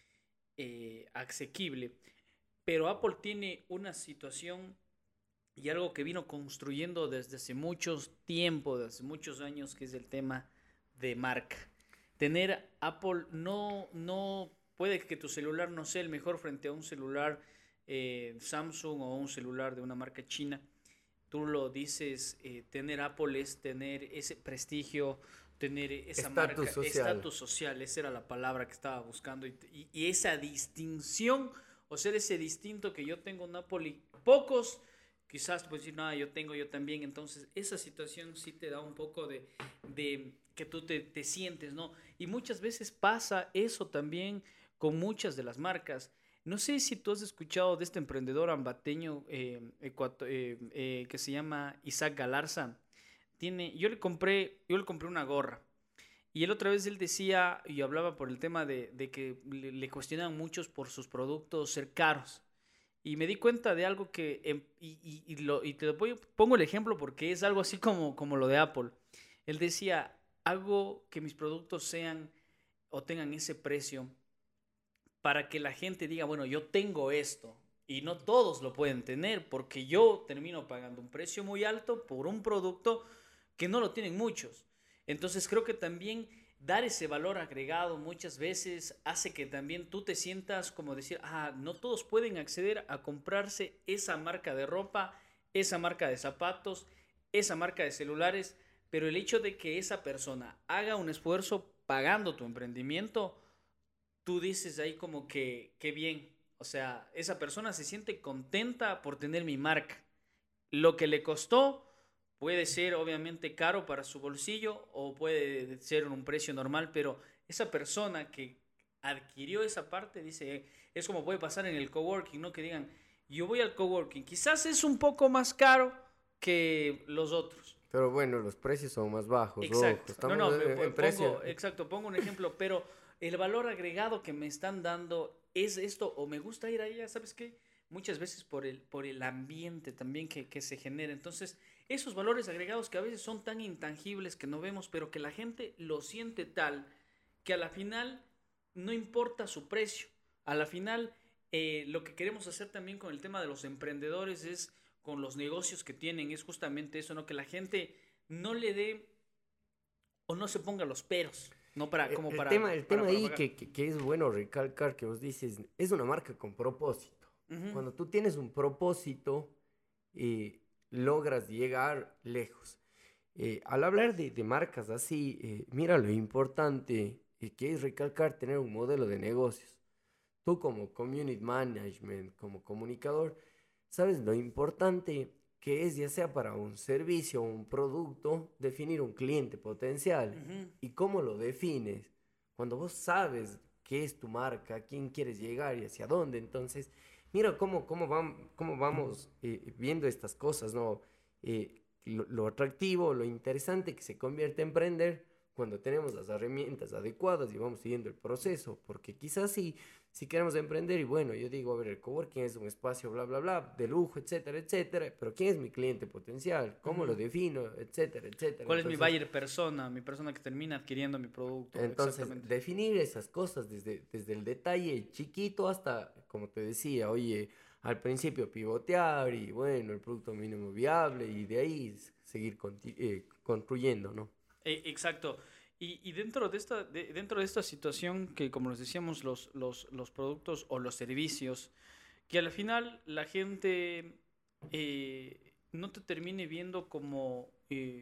asequible. Pero Apple tiene una situación y algo que vino construyendo desde hace muchos tiempo, desde hace muchos años, que es el tema de marca. Tener Apple no puede que tu celular no sea el mejor frente a un celular Samsung o un celular de una marca china. Tú lo dices, tener Apple es tener ese prestigio, tener esa marca, estatus social, esa era la palabra que estaba buscando, y esa distinción, o ser ese distinto que yo tengo un Apple y pocos, quizás puedes decir, nada, yo tengo, yo también, entonces esa situación sí te da un poco de que tú te sientes, ¿no? Y muchas veces pasa eso también con muchas de las marcas. No sé si tú has escuchado de este emprendedor ambateño que se llama Isaac Galarza. Yo le compré una gorra. Y él otra vez él decía y hablaba por el tema de que le cuestionan muchos por sus productos ser caros. Y me di cuenta de algo que, y pongo el ejemplo porque es algo así como lo de Apple. Él decía, hago que mis productos sean o tengan ese precio para que la gente diga, bueno, yo tengo esto. Y no todos lo pueden tener porque yo termino pagando un precio muy alto por un producto que no lo tienen muchos. Entonces creo que también dar ese valor agregado muchas veces hace que también tú te sientas como decir, no todos pueden acceder a comprarse esa marca de ropa, esa marca de zapatos, esa marca de celulares, pero el hecho de que esa persona haga un esfuerzo pagando tu emprendimiento, tú dices ahí como que, qué bien. O sea, esa persona se siente contenta por tener mi marca. Lo que le costó puede ser obviamente caro para su bolsillo o puede ser un precio normal, pero esa persona que adquirió esa parte dice, es como puede pasar en el coworking, ¿no? Que digan, yo voy al coworking, quizás es un poco más caro que los otros. Pero bueno, los precios son más bajos. Exacto. Ojo, estamos en precio. Pongo un ejemplo, pero el valor agregado que me están dando es esto, o me gusta ir allá, ¿sabes qué? Muchas veces por el ambiente también que se genera. Entonces, esos valores agregados que a veces son tan intangibles que no vemos, pero que la gente lo siente tal que a la final no importa su precio. A la final, lo que queremos hacer también con el tema de los emprendedores es, con los negocios que tienen, es justamente eso, ¿no? Que la gente no le dé o no se ponga los peros, no para como para El tema para ahí pagar. que es bueno recalcar que vos dices, es una marca con propósito. Ujú. Cuando tú tienes un propósito, logras llegar lejos. Al hablar de marcas así, mira lo importante que es recalcar tener un modelo de negocios. Tú como community management, como comunicador, sabes lo importante que es, ya sea para un servicio o un producto, definir un cliente potencial. Ujú. ¿Y cómo lo defines? Cuando vos sabes qué es tu marca, a quién quieres llegar y hacia dónde, entonces, mira cómo vamos viendo estas cosas, ¿no? Lo atractivo, lo interesante que se convierte en emprender cuando tenemos las herramientas adecuadas y vamos siguiendo el proceso, porque quizás si queremos emprender y bueno, yo digo, a ver, el coworking es un espacio, bla, bla, bla, de lujo, etcétera, etcétera, pero ¿quién es mi cliente potencial? ¿Cómo lo Ujú. defino? Etcétera, etcétera. ¿Cuál es mi Entonces, buyer persona? Mi persona que termina adquiriendo mi producto. entonces, Exactamente. definir esas cosas desde el detalle chiquito hasta, como te decía, oye, al principio pivotear y bueno, el producto mínimo viable y de ahí seguir construyendo, ¿no? Exacto. Y dentro de esta situación que, como les decíamos, los productos o los servicios, que al final la gente no te termine viendo como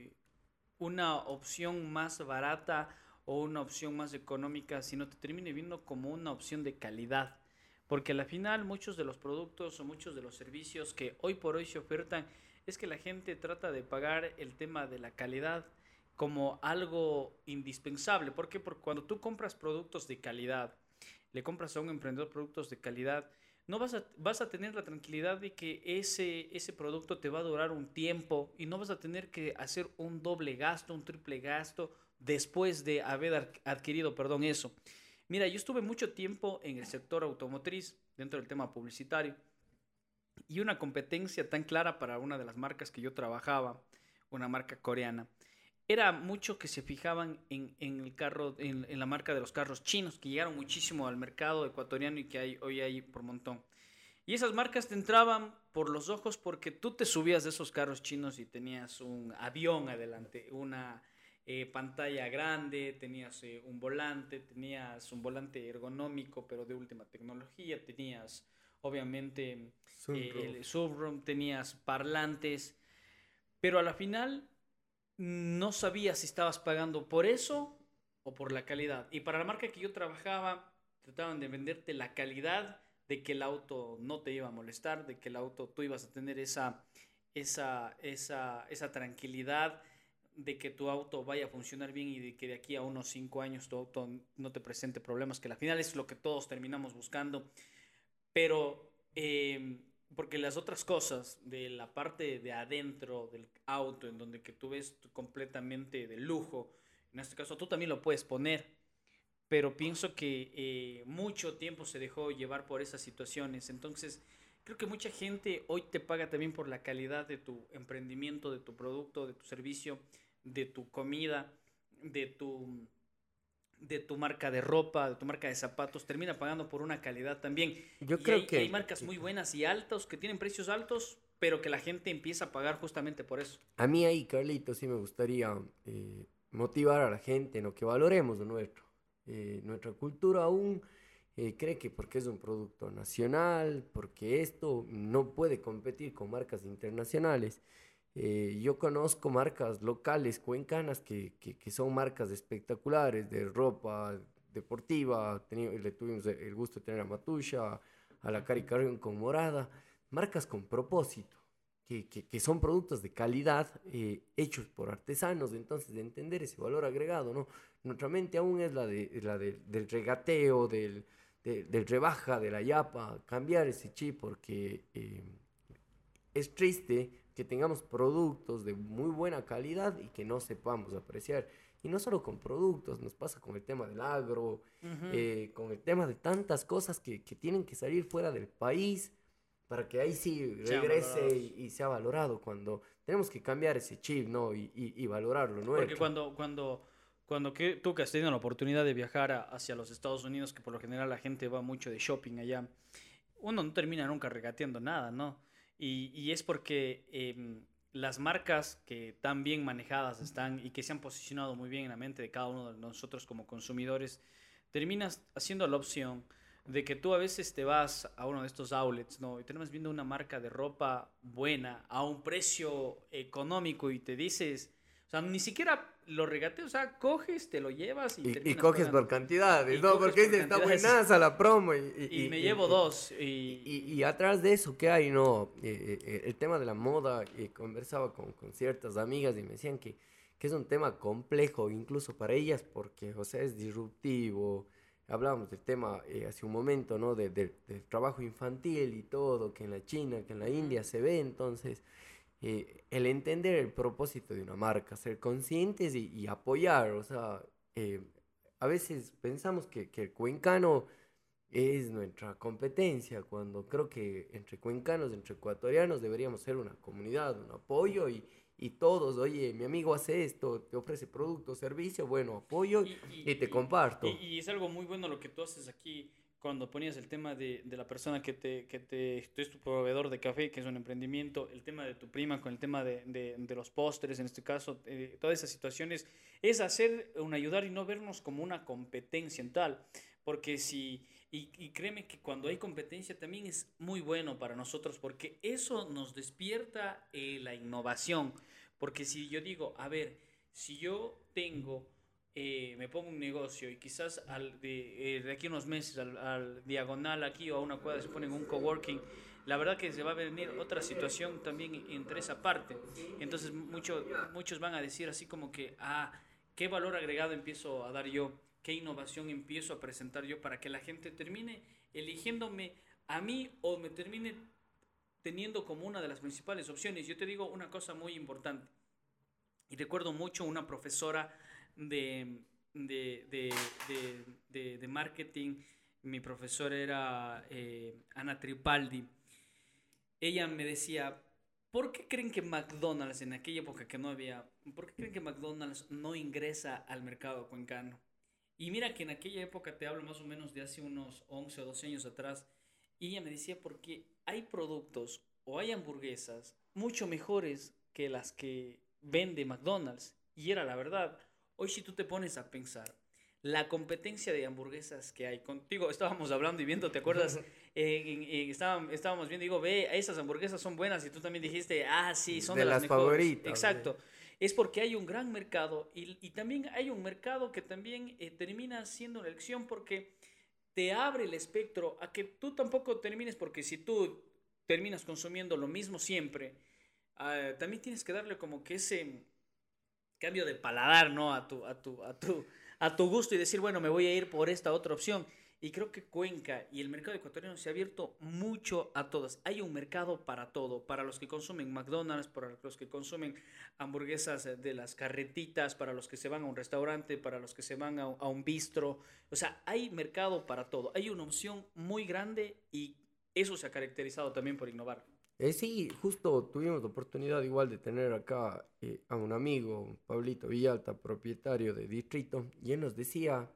una opción más barata o una opción más económica, sino te termine viendo como una opción de calidad. porque al final muchos de los productos o muchos de los servicios que hoy por hoy se ofertan es que la gente trata de pagar el tema de la calidad como algo indispensable. ¿Por qué? Porque cuando tú compras productos de calidad, le compras a un emprendedor productos de calidad, no vas a tener la tranquilidad de que ese producto te va a durar un tiempo y no vas a tener que hacer un doble gasto, un triple gasto después de haber adquirido, perdón, eso. Mira, yo estuve mucho tiempo en el sector automotriz, dentro del tema publicitario, y una competencia tan clara para una de las marcas que yo trabajaba, una marca coreana, era mucho que se fijaban en el carro, en la marca de los carros chinos, que llegaron muchísimo al mercado ecuatoriano y que hoy hay por montón. Y esas marcas te entraban por los ojos porque tú te subías de esos carros chinos y tenías un avión adelante, una pantalla grande, tenías tenías un volante ergonómico pero de última tecnología, tenías obviamente Sunroof. el subroom, tenías parlantes, pero a la final no sabías si estabas pagando por eso o por la calidad. Y para la marca que yo trabajaba, trataban de venderte la calidad de que el auto no te iba a molestar, de que el auto tú ibas a tener esa tranquilidad de que tu auto vaya a funcionar bien y de que de aquí a unos 5 años tu auto no te presente problemas, que al final es lo que todos terminamos buscando. Pero, porque las otras cosas de la parte de adentro del auto, en donde que tú ves completamente de lujo, en este caso tú también lo puedes poner, pero pienso que mucho tiempo se dejó llevar por esas situaciones. Entonces, creo que mucha gente hoy te paga también por la calidad de tu emprendimiento, de tu producto, de tu servicio, de tu comida, de tu de tu marca de ropa, de tu marca de zapatos, termina pagando por una calidad también. Yo Y creo hay marcas muy buenas y altas que tienen precios altos, pero que la gente empieza a pagar justamente por eso. a mí ahí, Carlito, sí me gustaría motivar a la gente, ¿no? Que valoremos lo nuestro. Nuestra cultura aún cree que porque es un producto nacional, porque esto no puede competir con marcas internacionales. Yo conozco marcas locales cuencanas que son marcas espectaculares de ropa deportiva. Le tuvimos el gusto de tener a Matusha, a la Cari Carrión con Morada, marcas con propósito, que son productos de calidad hechos por artesanos. Entonces, de entender ese valor agregado, ¿no? Nuestra mente aún es del regateo, del rebaja, de la yapa, cambiar ese chip porque es triste que tengamos productos de muy buena calidad y que no sepamos apreciar. Y no solo con productos, nos pasa con el tema del agro, Ujú. con el tema de tantas cosas que tienen que salir fuera del país para que ahí sí Sean regrese valorados. y sea valorado cuando tenemos que cambiar ese chip, ¿no? Y valorar lo Porque nuestro. cuando tú que has tenido la oportunidad de viajar hacia los Estados Unidos, que por lo general la gente va mucho de shopping allá, uno no termina nunca regateando nada, ¿no? Y es porque las marcas que tan bien manejadas están y que se han posicionado muy bien en la mente de cada uno de nosotros como consumidores, terminas haciendo la opción de que tú a veces te vas a uno de estos outlets, ¿no? Y terminas viendo una marca de ropa buena a un precio económico y te dices, o sea, ni siquiera lo regateas, o sea, coges, te lo llevas y Y terminas coges por pagando. cantidades, Y ¿no? coges Porque por dice, está cantidades buenaza la promo. y me llevo dos. Y atrás de eso, ¿qué hay? No, el tema de la moda, conversaba con ciertas amigas y me decían que es un tema complejo, incluso para ellas, porque, o sea, es disruptivo. Hablábamos del tema hace un momento, ¿no? Del trabajo infantil y todo, que en la China, que en la Ujú. India se ve. Entonces, el entender el propósito de una marca, ser conscientes y apoyar, o sea, eh, a veces pensamos que el cuencano es nuestra competencia, cuando creo que entre cuencanos, entre ecuatorianos deberíamos ser una comunidad, un apoyo y todos, oye, mi amigo hace esto, te ofrece producto, servicio, bueno, apoyo Y, y te y, comparto. y es algo muy bueno lo que tú haces aquí cuando ponías el tema de la persona tú es tu proveedor de café, que es un emprendimiento, el tema de tu prima con el tema de los postres, en este caso, todas esas situaciones, es hacer un ayudar y no vernos como una competencia en tal, porque si, y créeme que cuando hay competencia también es muy bueno para nosotros, porque eso nos despierta la innovación, porque si yo digo, a ver, si yo tengo me pongo un negocio y quizás de aquí a unos meses al diagonal aquí o a una cuadra se ponen un coworking, la verdad que se va a venir otra situación también entre esa parte. Entonces muchos van a decir así como que, ¿qué valor agregado empiezo a dar yo? ¿Qué innovación empiezo a presentar yo para que la gente termine eligiéndome a mí o me termine teniendo como una de las principales opciones? Yo te digo una cosa muy importante. Y recuerdo mucho una profesora de, de marketing, mi profesora era Ana Tripaldi. Ella me decía, ¿por qué creen que McDonald's en aquella época que no había, por qué creen que McDonald's no ingresa al mercado cuencano? Y mira que en aquella época, te hablo más o menos de hace unos 11 o 12 años atrás, y ella me decía, porque hay productos o hay hamburguesas mucho mejores que las que vende McDonald's. Y era la verdad. Hoy si tú te pones a pensar, la competencia de hamburguesas que hay contigo, estábamos hablando y viendo, ¿te acuerdas? Estábamos viendo, digo, ve, esas hamburguesas son buenas y tú también dijiste, sí, son De de las las mejores. favoritas. Exacto. Es porque hay un gran mercado y también hay un mercado que también termina siendo una elección porque te abre el espectro a que tú tampoco termines, porque si tú terminas consumiendo lo mismo siempre, también tienes que darle como que ese cambio de paladar, ¿no? A tu gusto y decir, bueno, me voy a ir por esta otra opción. Y creo que Cuenca y el mercado ecuatoriano se ha abierto mucho a todas. Hay un mercado para todo, para los que consumen McDonald's, para los que consumen hamburguesas de las carretitas, para los que se van a un restaurante, para los que se van a un bistro. O sea, hay mercado para todo. Hay una opción muy grande y eso se ha caracterizado también por innovar. Sí, justo tuvimos la oportunidad igual de tener acá a un amigo, Pablito Villalta, propietario de Distrito, y él nos decía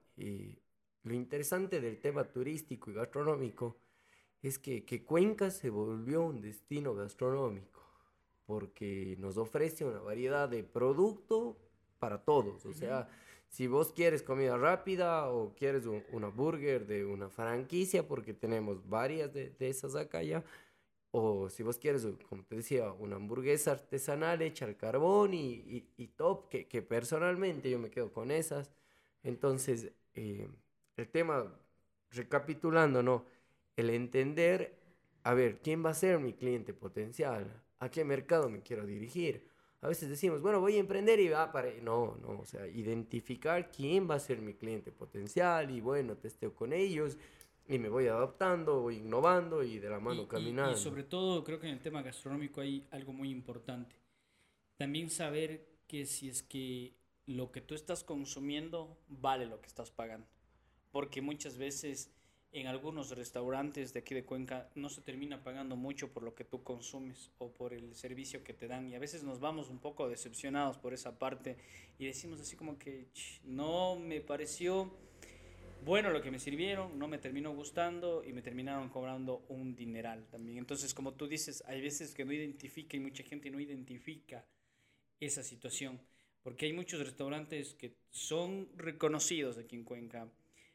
lo interesante del tema turístico y gastronómico es que Cuenca se volvió un destino gastronómico, porque nos ofrece una variedad de producto para todos. O Ujú. sea, si vos quieres comida rápida o quieres una burger de una franquicia, porque tenemos varias de esas acá ya, o si vos quieres, como te decía, una hamburguesa artesanal hecha al carbón y top, que personalmente yo me quedo con esas. Entonces, el tema, recapitulando, ¿no? El entender, a ver, ¿quién va a ser mi cliente potencial? ¿A qué mercado me quiero dirigir? A veces decimos, bueno, voy a emprender y va para... No, no, o sea, identificar quién va a ser mi cliente potencial y bueno, testeo con ellos y me voy adaptando, voy innovando y de la mano Y caminando. sobre todo creo que en el tema gastronómico hay algo muy importante. También saber que si es que lo que tú estás consumiendo vale lo que estás pagando. Porque muchas veces en algunos restaurantes de aquí de Cuenca no se termina pagando mucho por lo que tú consumes o por el servicio que te dan. Y a veces nos vamos un poco decepcionados por esa parte y decimos así como que no me pareció bueno lo que me sirvieron, no me terminó gustando y me terminaron cobrando un dineral también. Entonces, como tú dices, hay veces que no identifica y mucha gente no identifica esa situación, porque hay muchos restaurantes que son reconocidos aquí en Cuenca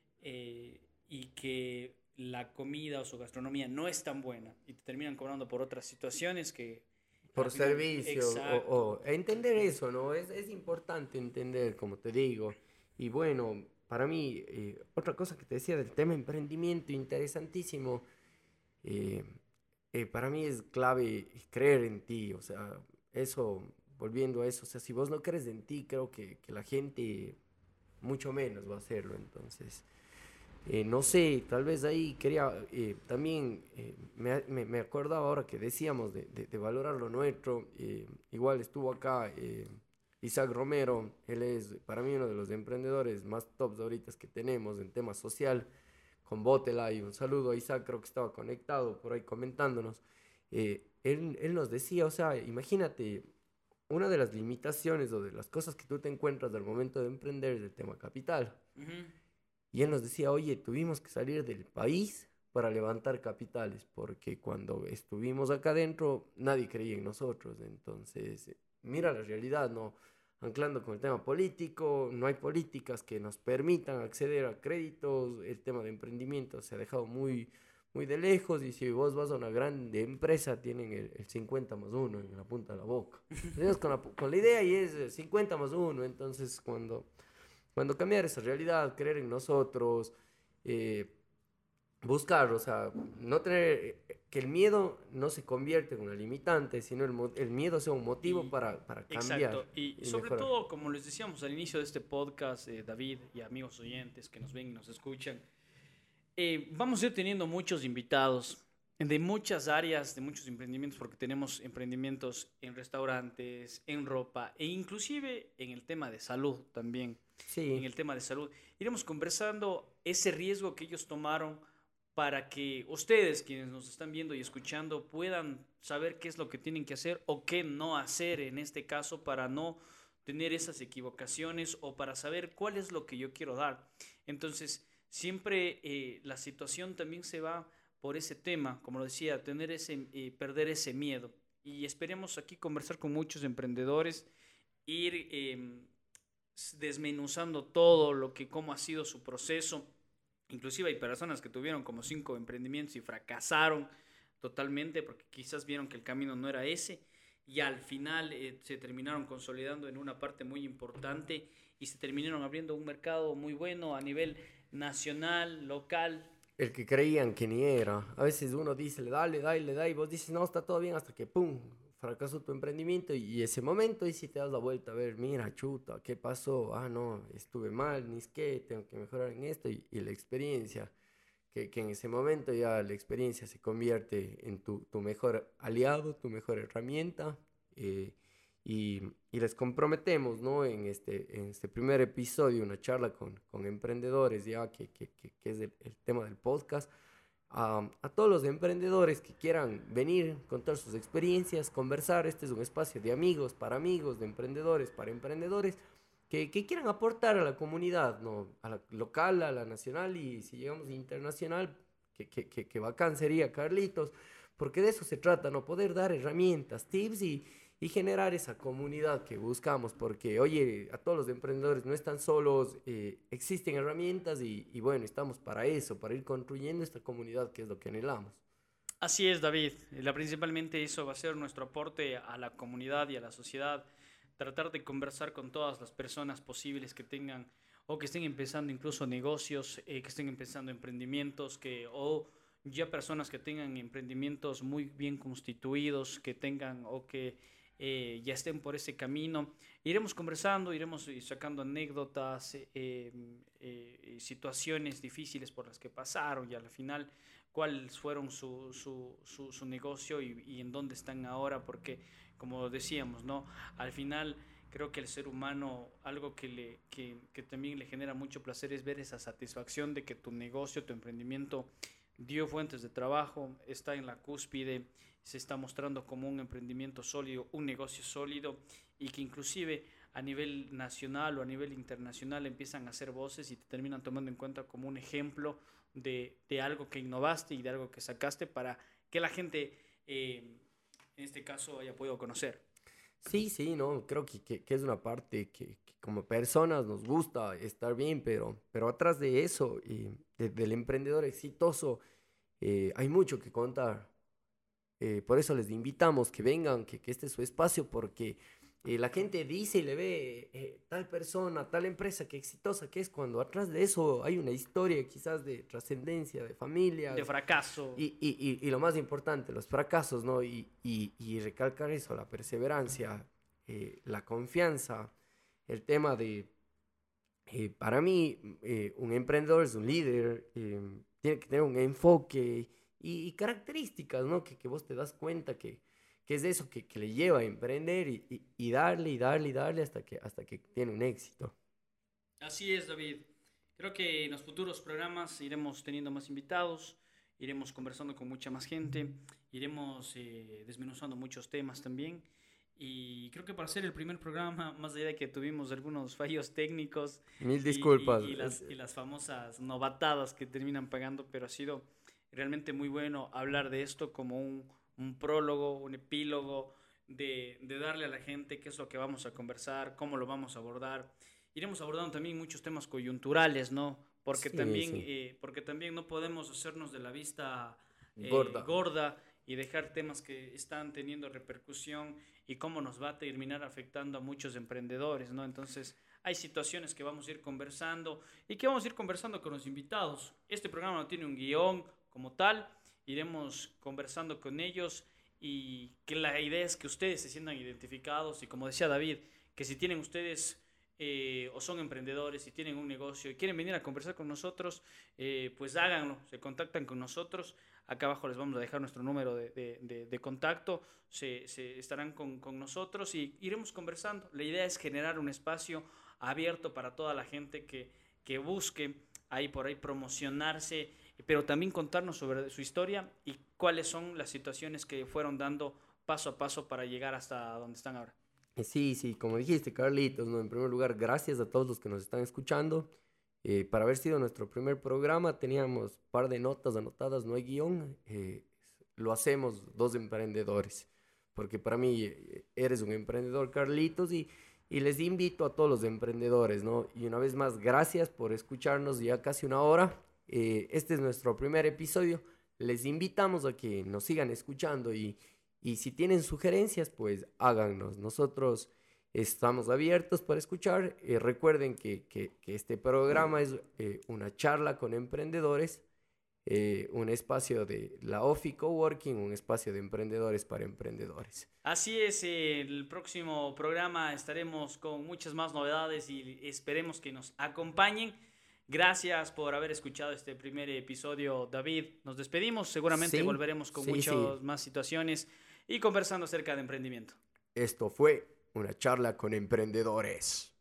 y que la comida o su gastronomía no es tan buena y te terminan cobrando por otras situaciones que al Por final, servicio exacto, o entender eso, ¿no? Es importante entender, como te digo. Y bueno, para mí, otra cosa que te decía del tema emprendimiento, interesantísimo, eh, para mí es clave creer en ti, o sea, eso, volviendo a eso, o sea, si vos no crees en ti, creo que la gente mucho menos va a hacerlo, entonces... no sé, tal vez ahí quería también, me acordaba ahora que decíamos de valorar lo nuestro, igual estuvo acá Isaac Romero, él es para mí uno de los emprendedores más tops ahorita que tenemos en tema social, con Botela, y un saludo a Isaac, creo que estaba conectado por ahí comentándonos. Él nos decía, o sea, imagínate, una de las limitaciones o de las cosas que tú te encuentras al momento de emprender es el tema capital. ujú, Y él nos decía, oye, tuvimos que salir del país para levantar capitales, porque cuando estuvimos acá adentro nadie creía en nosotros. Entonces, mira la realidad, ¿no? Anclando con el tema político, no hay políticas que nos permitan acceder a créditos, el tema de emprendimiento se ha dejado muy de lejos y si vos vas a una grande empresa tienen el 50 más uno en la punta de la boca. Con la idea y es 50 más uno, entonces Cuando cambiar esa realidad, creer en nosotros, buscar, o sea, no tener, que el miedo no se convierta en una limitante, sino el miedo sea un motivo Y, para cambiar exacto, y y sobre mejorar. todo, como les decíamos al inicio de este podcast, David y amigos oyentes que nos ven y nos escuchan, vamos a ir teniendo muchos invitados de muchas áreas, de muchos emprendimientos, porque tenemos emprendimientos en restaurantes, en ropa e inclusive en el tema de salud también. En Sí, el tema de salud, iremos conversando ese riesgo que ellos tomaron para que ustedes, quienes nos están viendo y escuchando, puedan saber qué es lo que tienen que hacer o qué no hacer en este caso para no tener esas equivocaciones o para saber cuál es lo que yo quiero dar. Entonces, siempre la situación también se va por ese tema, como lo decía, tener perder ese miedo. Y esperemos aquí conversar con muchos emprendedores, ir desmenuzando todo lo que, cómo ha sido su proceso. Inclusive hay personas que tuvieron como 5 emprendimientos y fracasaron totalmente porque quizás vieron que el camino no era ese y al final se terminaron consolidando en una parte muy importante y se terminaron abriendo un mercado muy bueno a nivel nacional, local. el que creían que ni era. A veces uno dice, le da, le da y le da, y vos dices, no, está todo bien, hasta que, ¡pum!, fracasó tu emprendimiento. Y ese momento, y si te das la vuelta a ver, mira, chuta, ¿qué pasó? Ah, no, estuve mal, ni es que, tengo que mejorar en esto. Y la experiencia, que en ese momento ya la experiencia se convierte en tu mejor aliado, tu mejor herramienta. eh, y les comprometemos, ¿no? En este primer episodio, una charla con emprendedores, ya que es el tema del podcast, a todos los emprendedores que quieran venir, contar sus experiencias, conversar. Este es un espacio de amigos, de emprendedores para emprendedores, que quieran aportar a la comunidad, ¿no? A la local, a la nacional, y si llegamos internacional, que bacán sería, Carlitos, porque de eso se trata, ¿no? Poder dar herramientas, tips y generar esa comunidad que buscamos, porque, oye, a todos los emprendedores no están solos, existen herramientas y bueno, estamos para eso, para ir construyendo esta comunidad que es lo que anhelamos. Así es, David. Principalmente eso va a ser nuestro aporte a la comunidad y a la sociedad. Tratar de conversar con todas las personas posibles que tengan o que estén empezando incluso negocios, que estén empezando emprendimientos, o ya personas que tengan emprendimientos muy bien constituidos, que tengan o que ya estén por ese camino. Iremos conversando, iremos sacando anécdotas, situaciones difíciles por las que pasaron y al final cuáles fueron su negocio y en dónde están ahora, porque como decíamos, ¿no? Al final creo que el ser humano, algo que también le genera mucho placer es ver esa satisfacción de que tu negocio, tu emprendimiento dio fuentes de trabajo, está en la cúspide, se está mostrando como un emprendimiento sólido, un negocio sólido y que inclusive a nivel nacional o a nivel internacional empiezan a hacer voces y te terminan tomando en cuenta como un ejemplo de algo que innovaste y de algo que sacaste para que la gente, en este caso, haya podido conocer. Sí, sí, no, creo que es una parte que como personas nos gusta estar bien, pero atrás de eso, del emprendedor exitoso, hay mucho que contar. Por eso les invitamos que vengan, que este es su espacio, porque la gente dice y le ve tal persona, tal empresa, que exitosa que es, cuando atrás de eso hay una historia quizás de trascendencia, de De familias, fracaso. y lo más importante, los fracasos, ¿no? Y recalcar eso, la perseverancia, la confianza, el tema de, para mí, un emprendedor es un líder, tiene que tener un enfoque y características, ¿no? Que vos te das cuenta que es eso que le lleva a emprender y darle y darle y darle hasta que tiene un éxito. Así es, David. Creo que en los futuros programas iremos teniendo más invitados, iremos conversando con mucha más gente, iremos desmenuzando muchos temas también. Y creo que para ser el primer programa, más allá de que tuvimos algunos fallos técnicos Mil y, disculpas. y las famosas novatadas que terminan pagando, pero ha sido realmente muy bueno hablar de esto como un prólogo, un epílogo, de darle a la gente qué es lo que vamos a conversar, cómo lo vamos a abordar. Iremos abordando también muchos temas coyunturales, ¿no? Sí, sí. Porque también no podemos hacernos de la vista Gorda. gorda y dejar temas que están teniendo repercusión y cómo nos va a terminar afectando a muchos emprendedores, ¿no? Entonces, hay situaciones que vamos a ir conversando y que vamos a ir conversando con los invitados. Este programa no tiene un guión como tal, iremos conversando con ellos y que la idea es que ustedes se sientan identificados y como decía David, que si tienen ustedes o son emprendedores, si tienen un negocio y quieren venir a conversar con nosotros, pues háganlo, se contactan con nosotros. Acá abajo les vamos a dejar nuestro número de contacto, se estarán con nosotros y iremos conversando. La idea es generar un espacio abierto para toda la gente que busque ahí por ahí promocionarse, pero también contarnos sobre su historia y cuáles son las situaciones que fueron dando paso a paso para llegar hasta donde están ahora. Sí, sí, como dijiste, Carlitos, ¿no? En primer lugar, gracias a todos los que nos están escuchando. Para haber sido nuestro primer programa, teníamos un par de notas anotadas, no hay guión. Lo hacemos dos emprendedores, porque para mí eres un emprendedor, Carlitos, y les invito a todos los emprendedores, ¿no? Y una vez más, gracias por escucharnos ya casi una hora. Este es nuestro primer episodio. Les invitamos a que nos sigan escuchando y si tienen sugerencias, pues háganos. Nosotros estamos abiertos para escuchar. Recuerden que este programa es una charla con emprendedores, un espacio de la OFI Coworking, un espacio de emprendedores para emprendedores. Así es, el próximo programa estaremos con muchas más novedades y esperemos que nos acompañen. Gracias por haber escuchado este primer episodio, David. Nos despedimos, seguramente Sí, volveremos con muchas más situaciones y conversando acerca de emprendimiento. Esto fue una charla con emprendedores.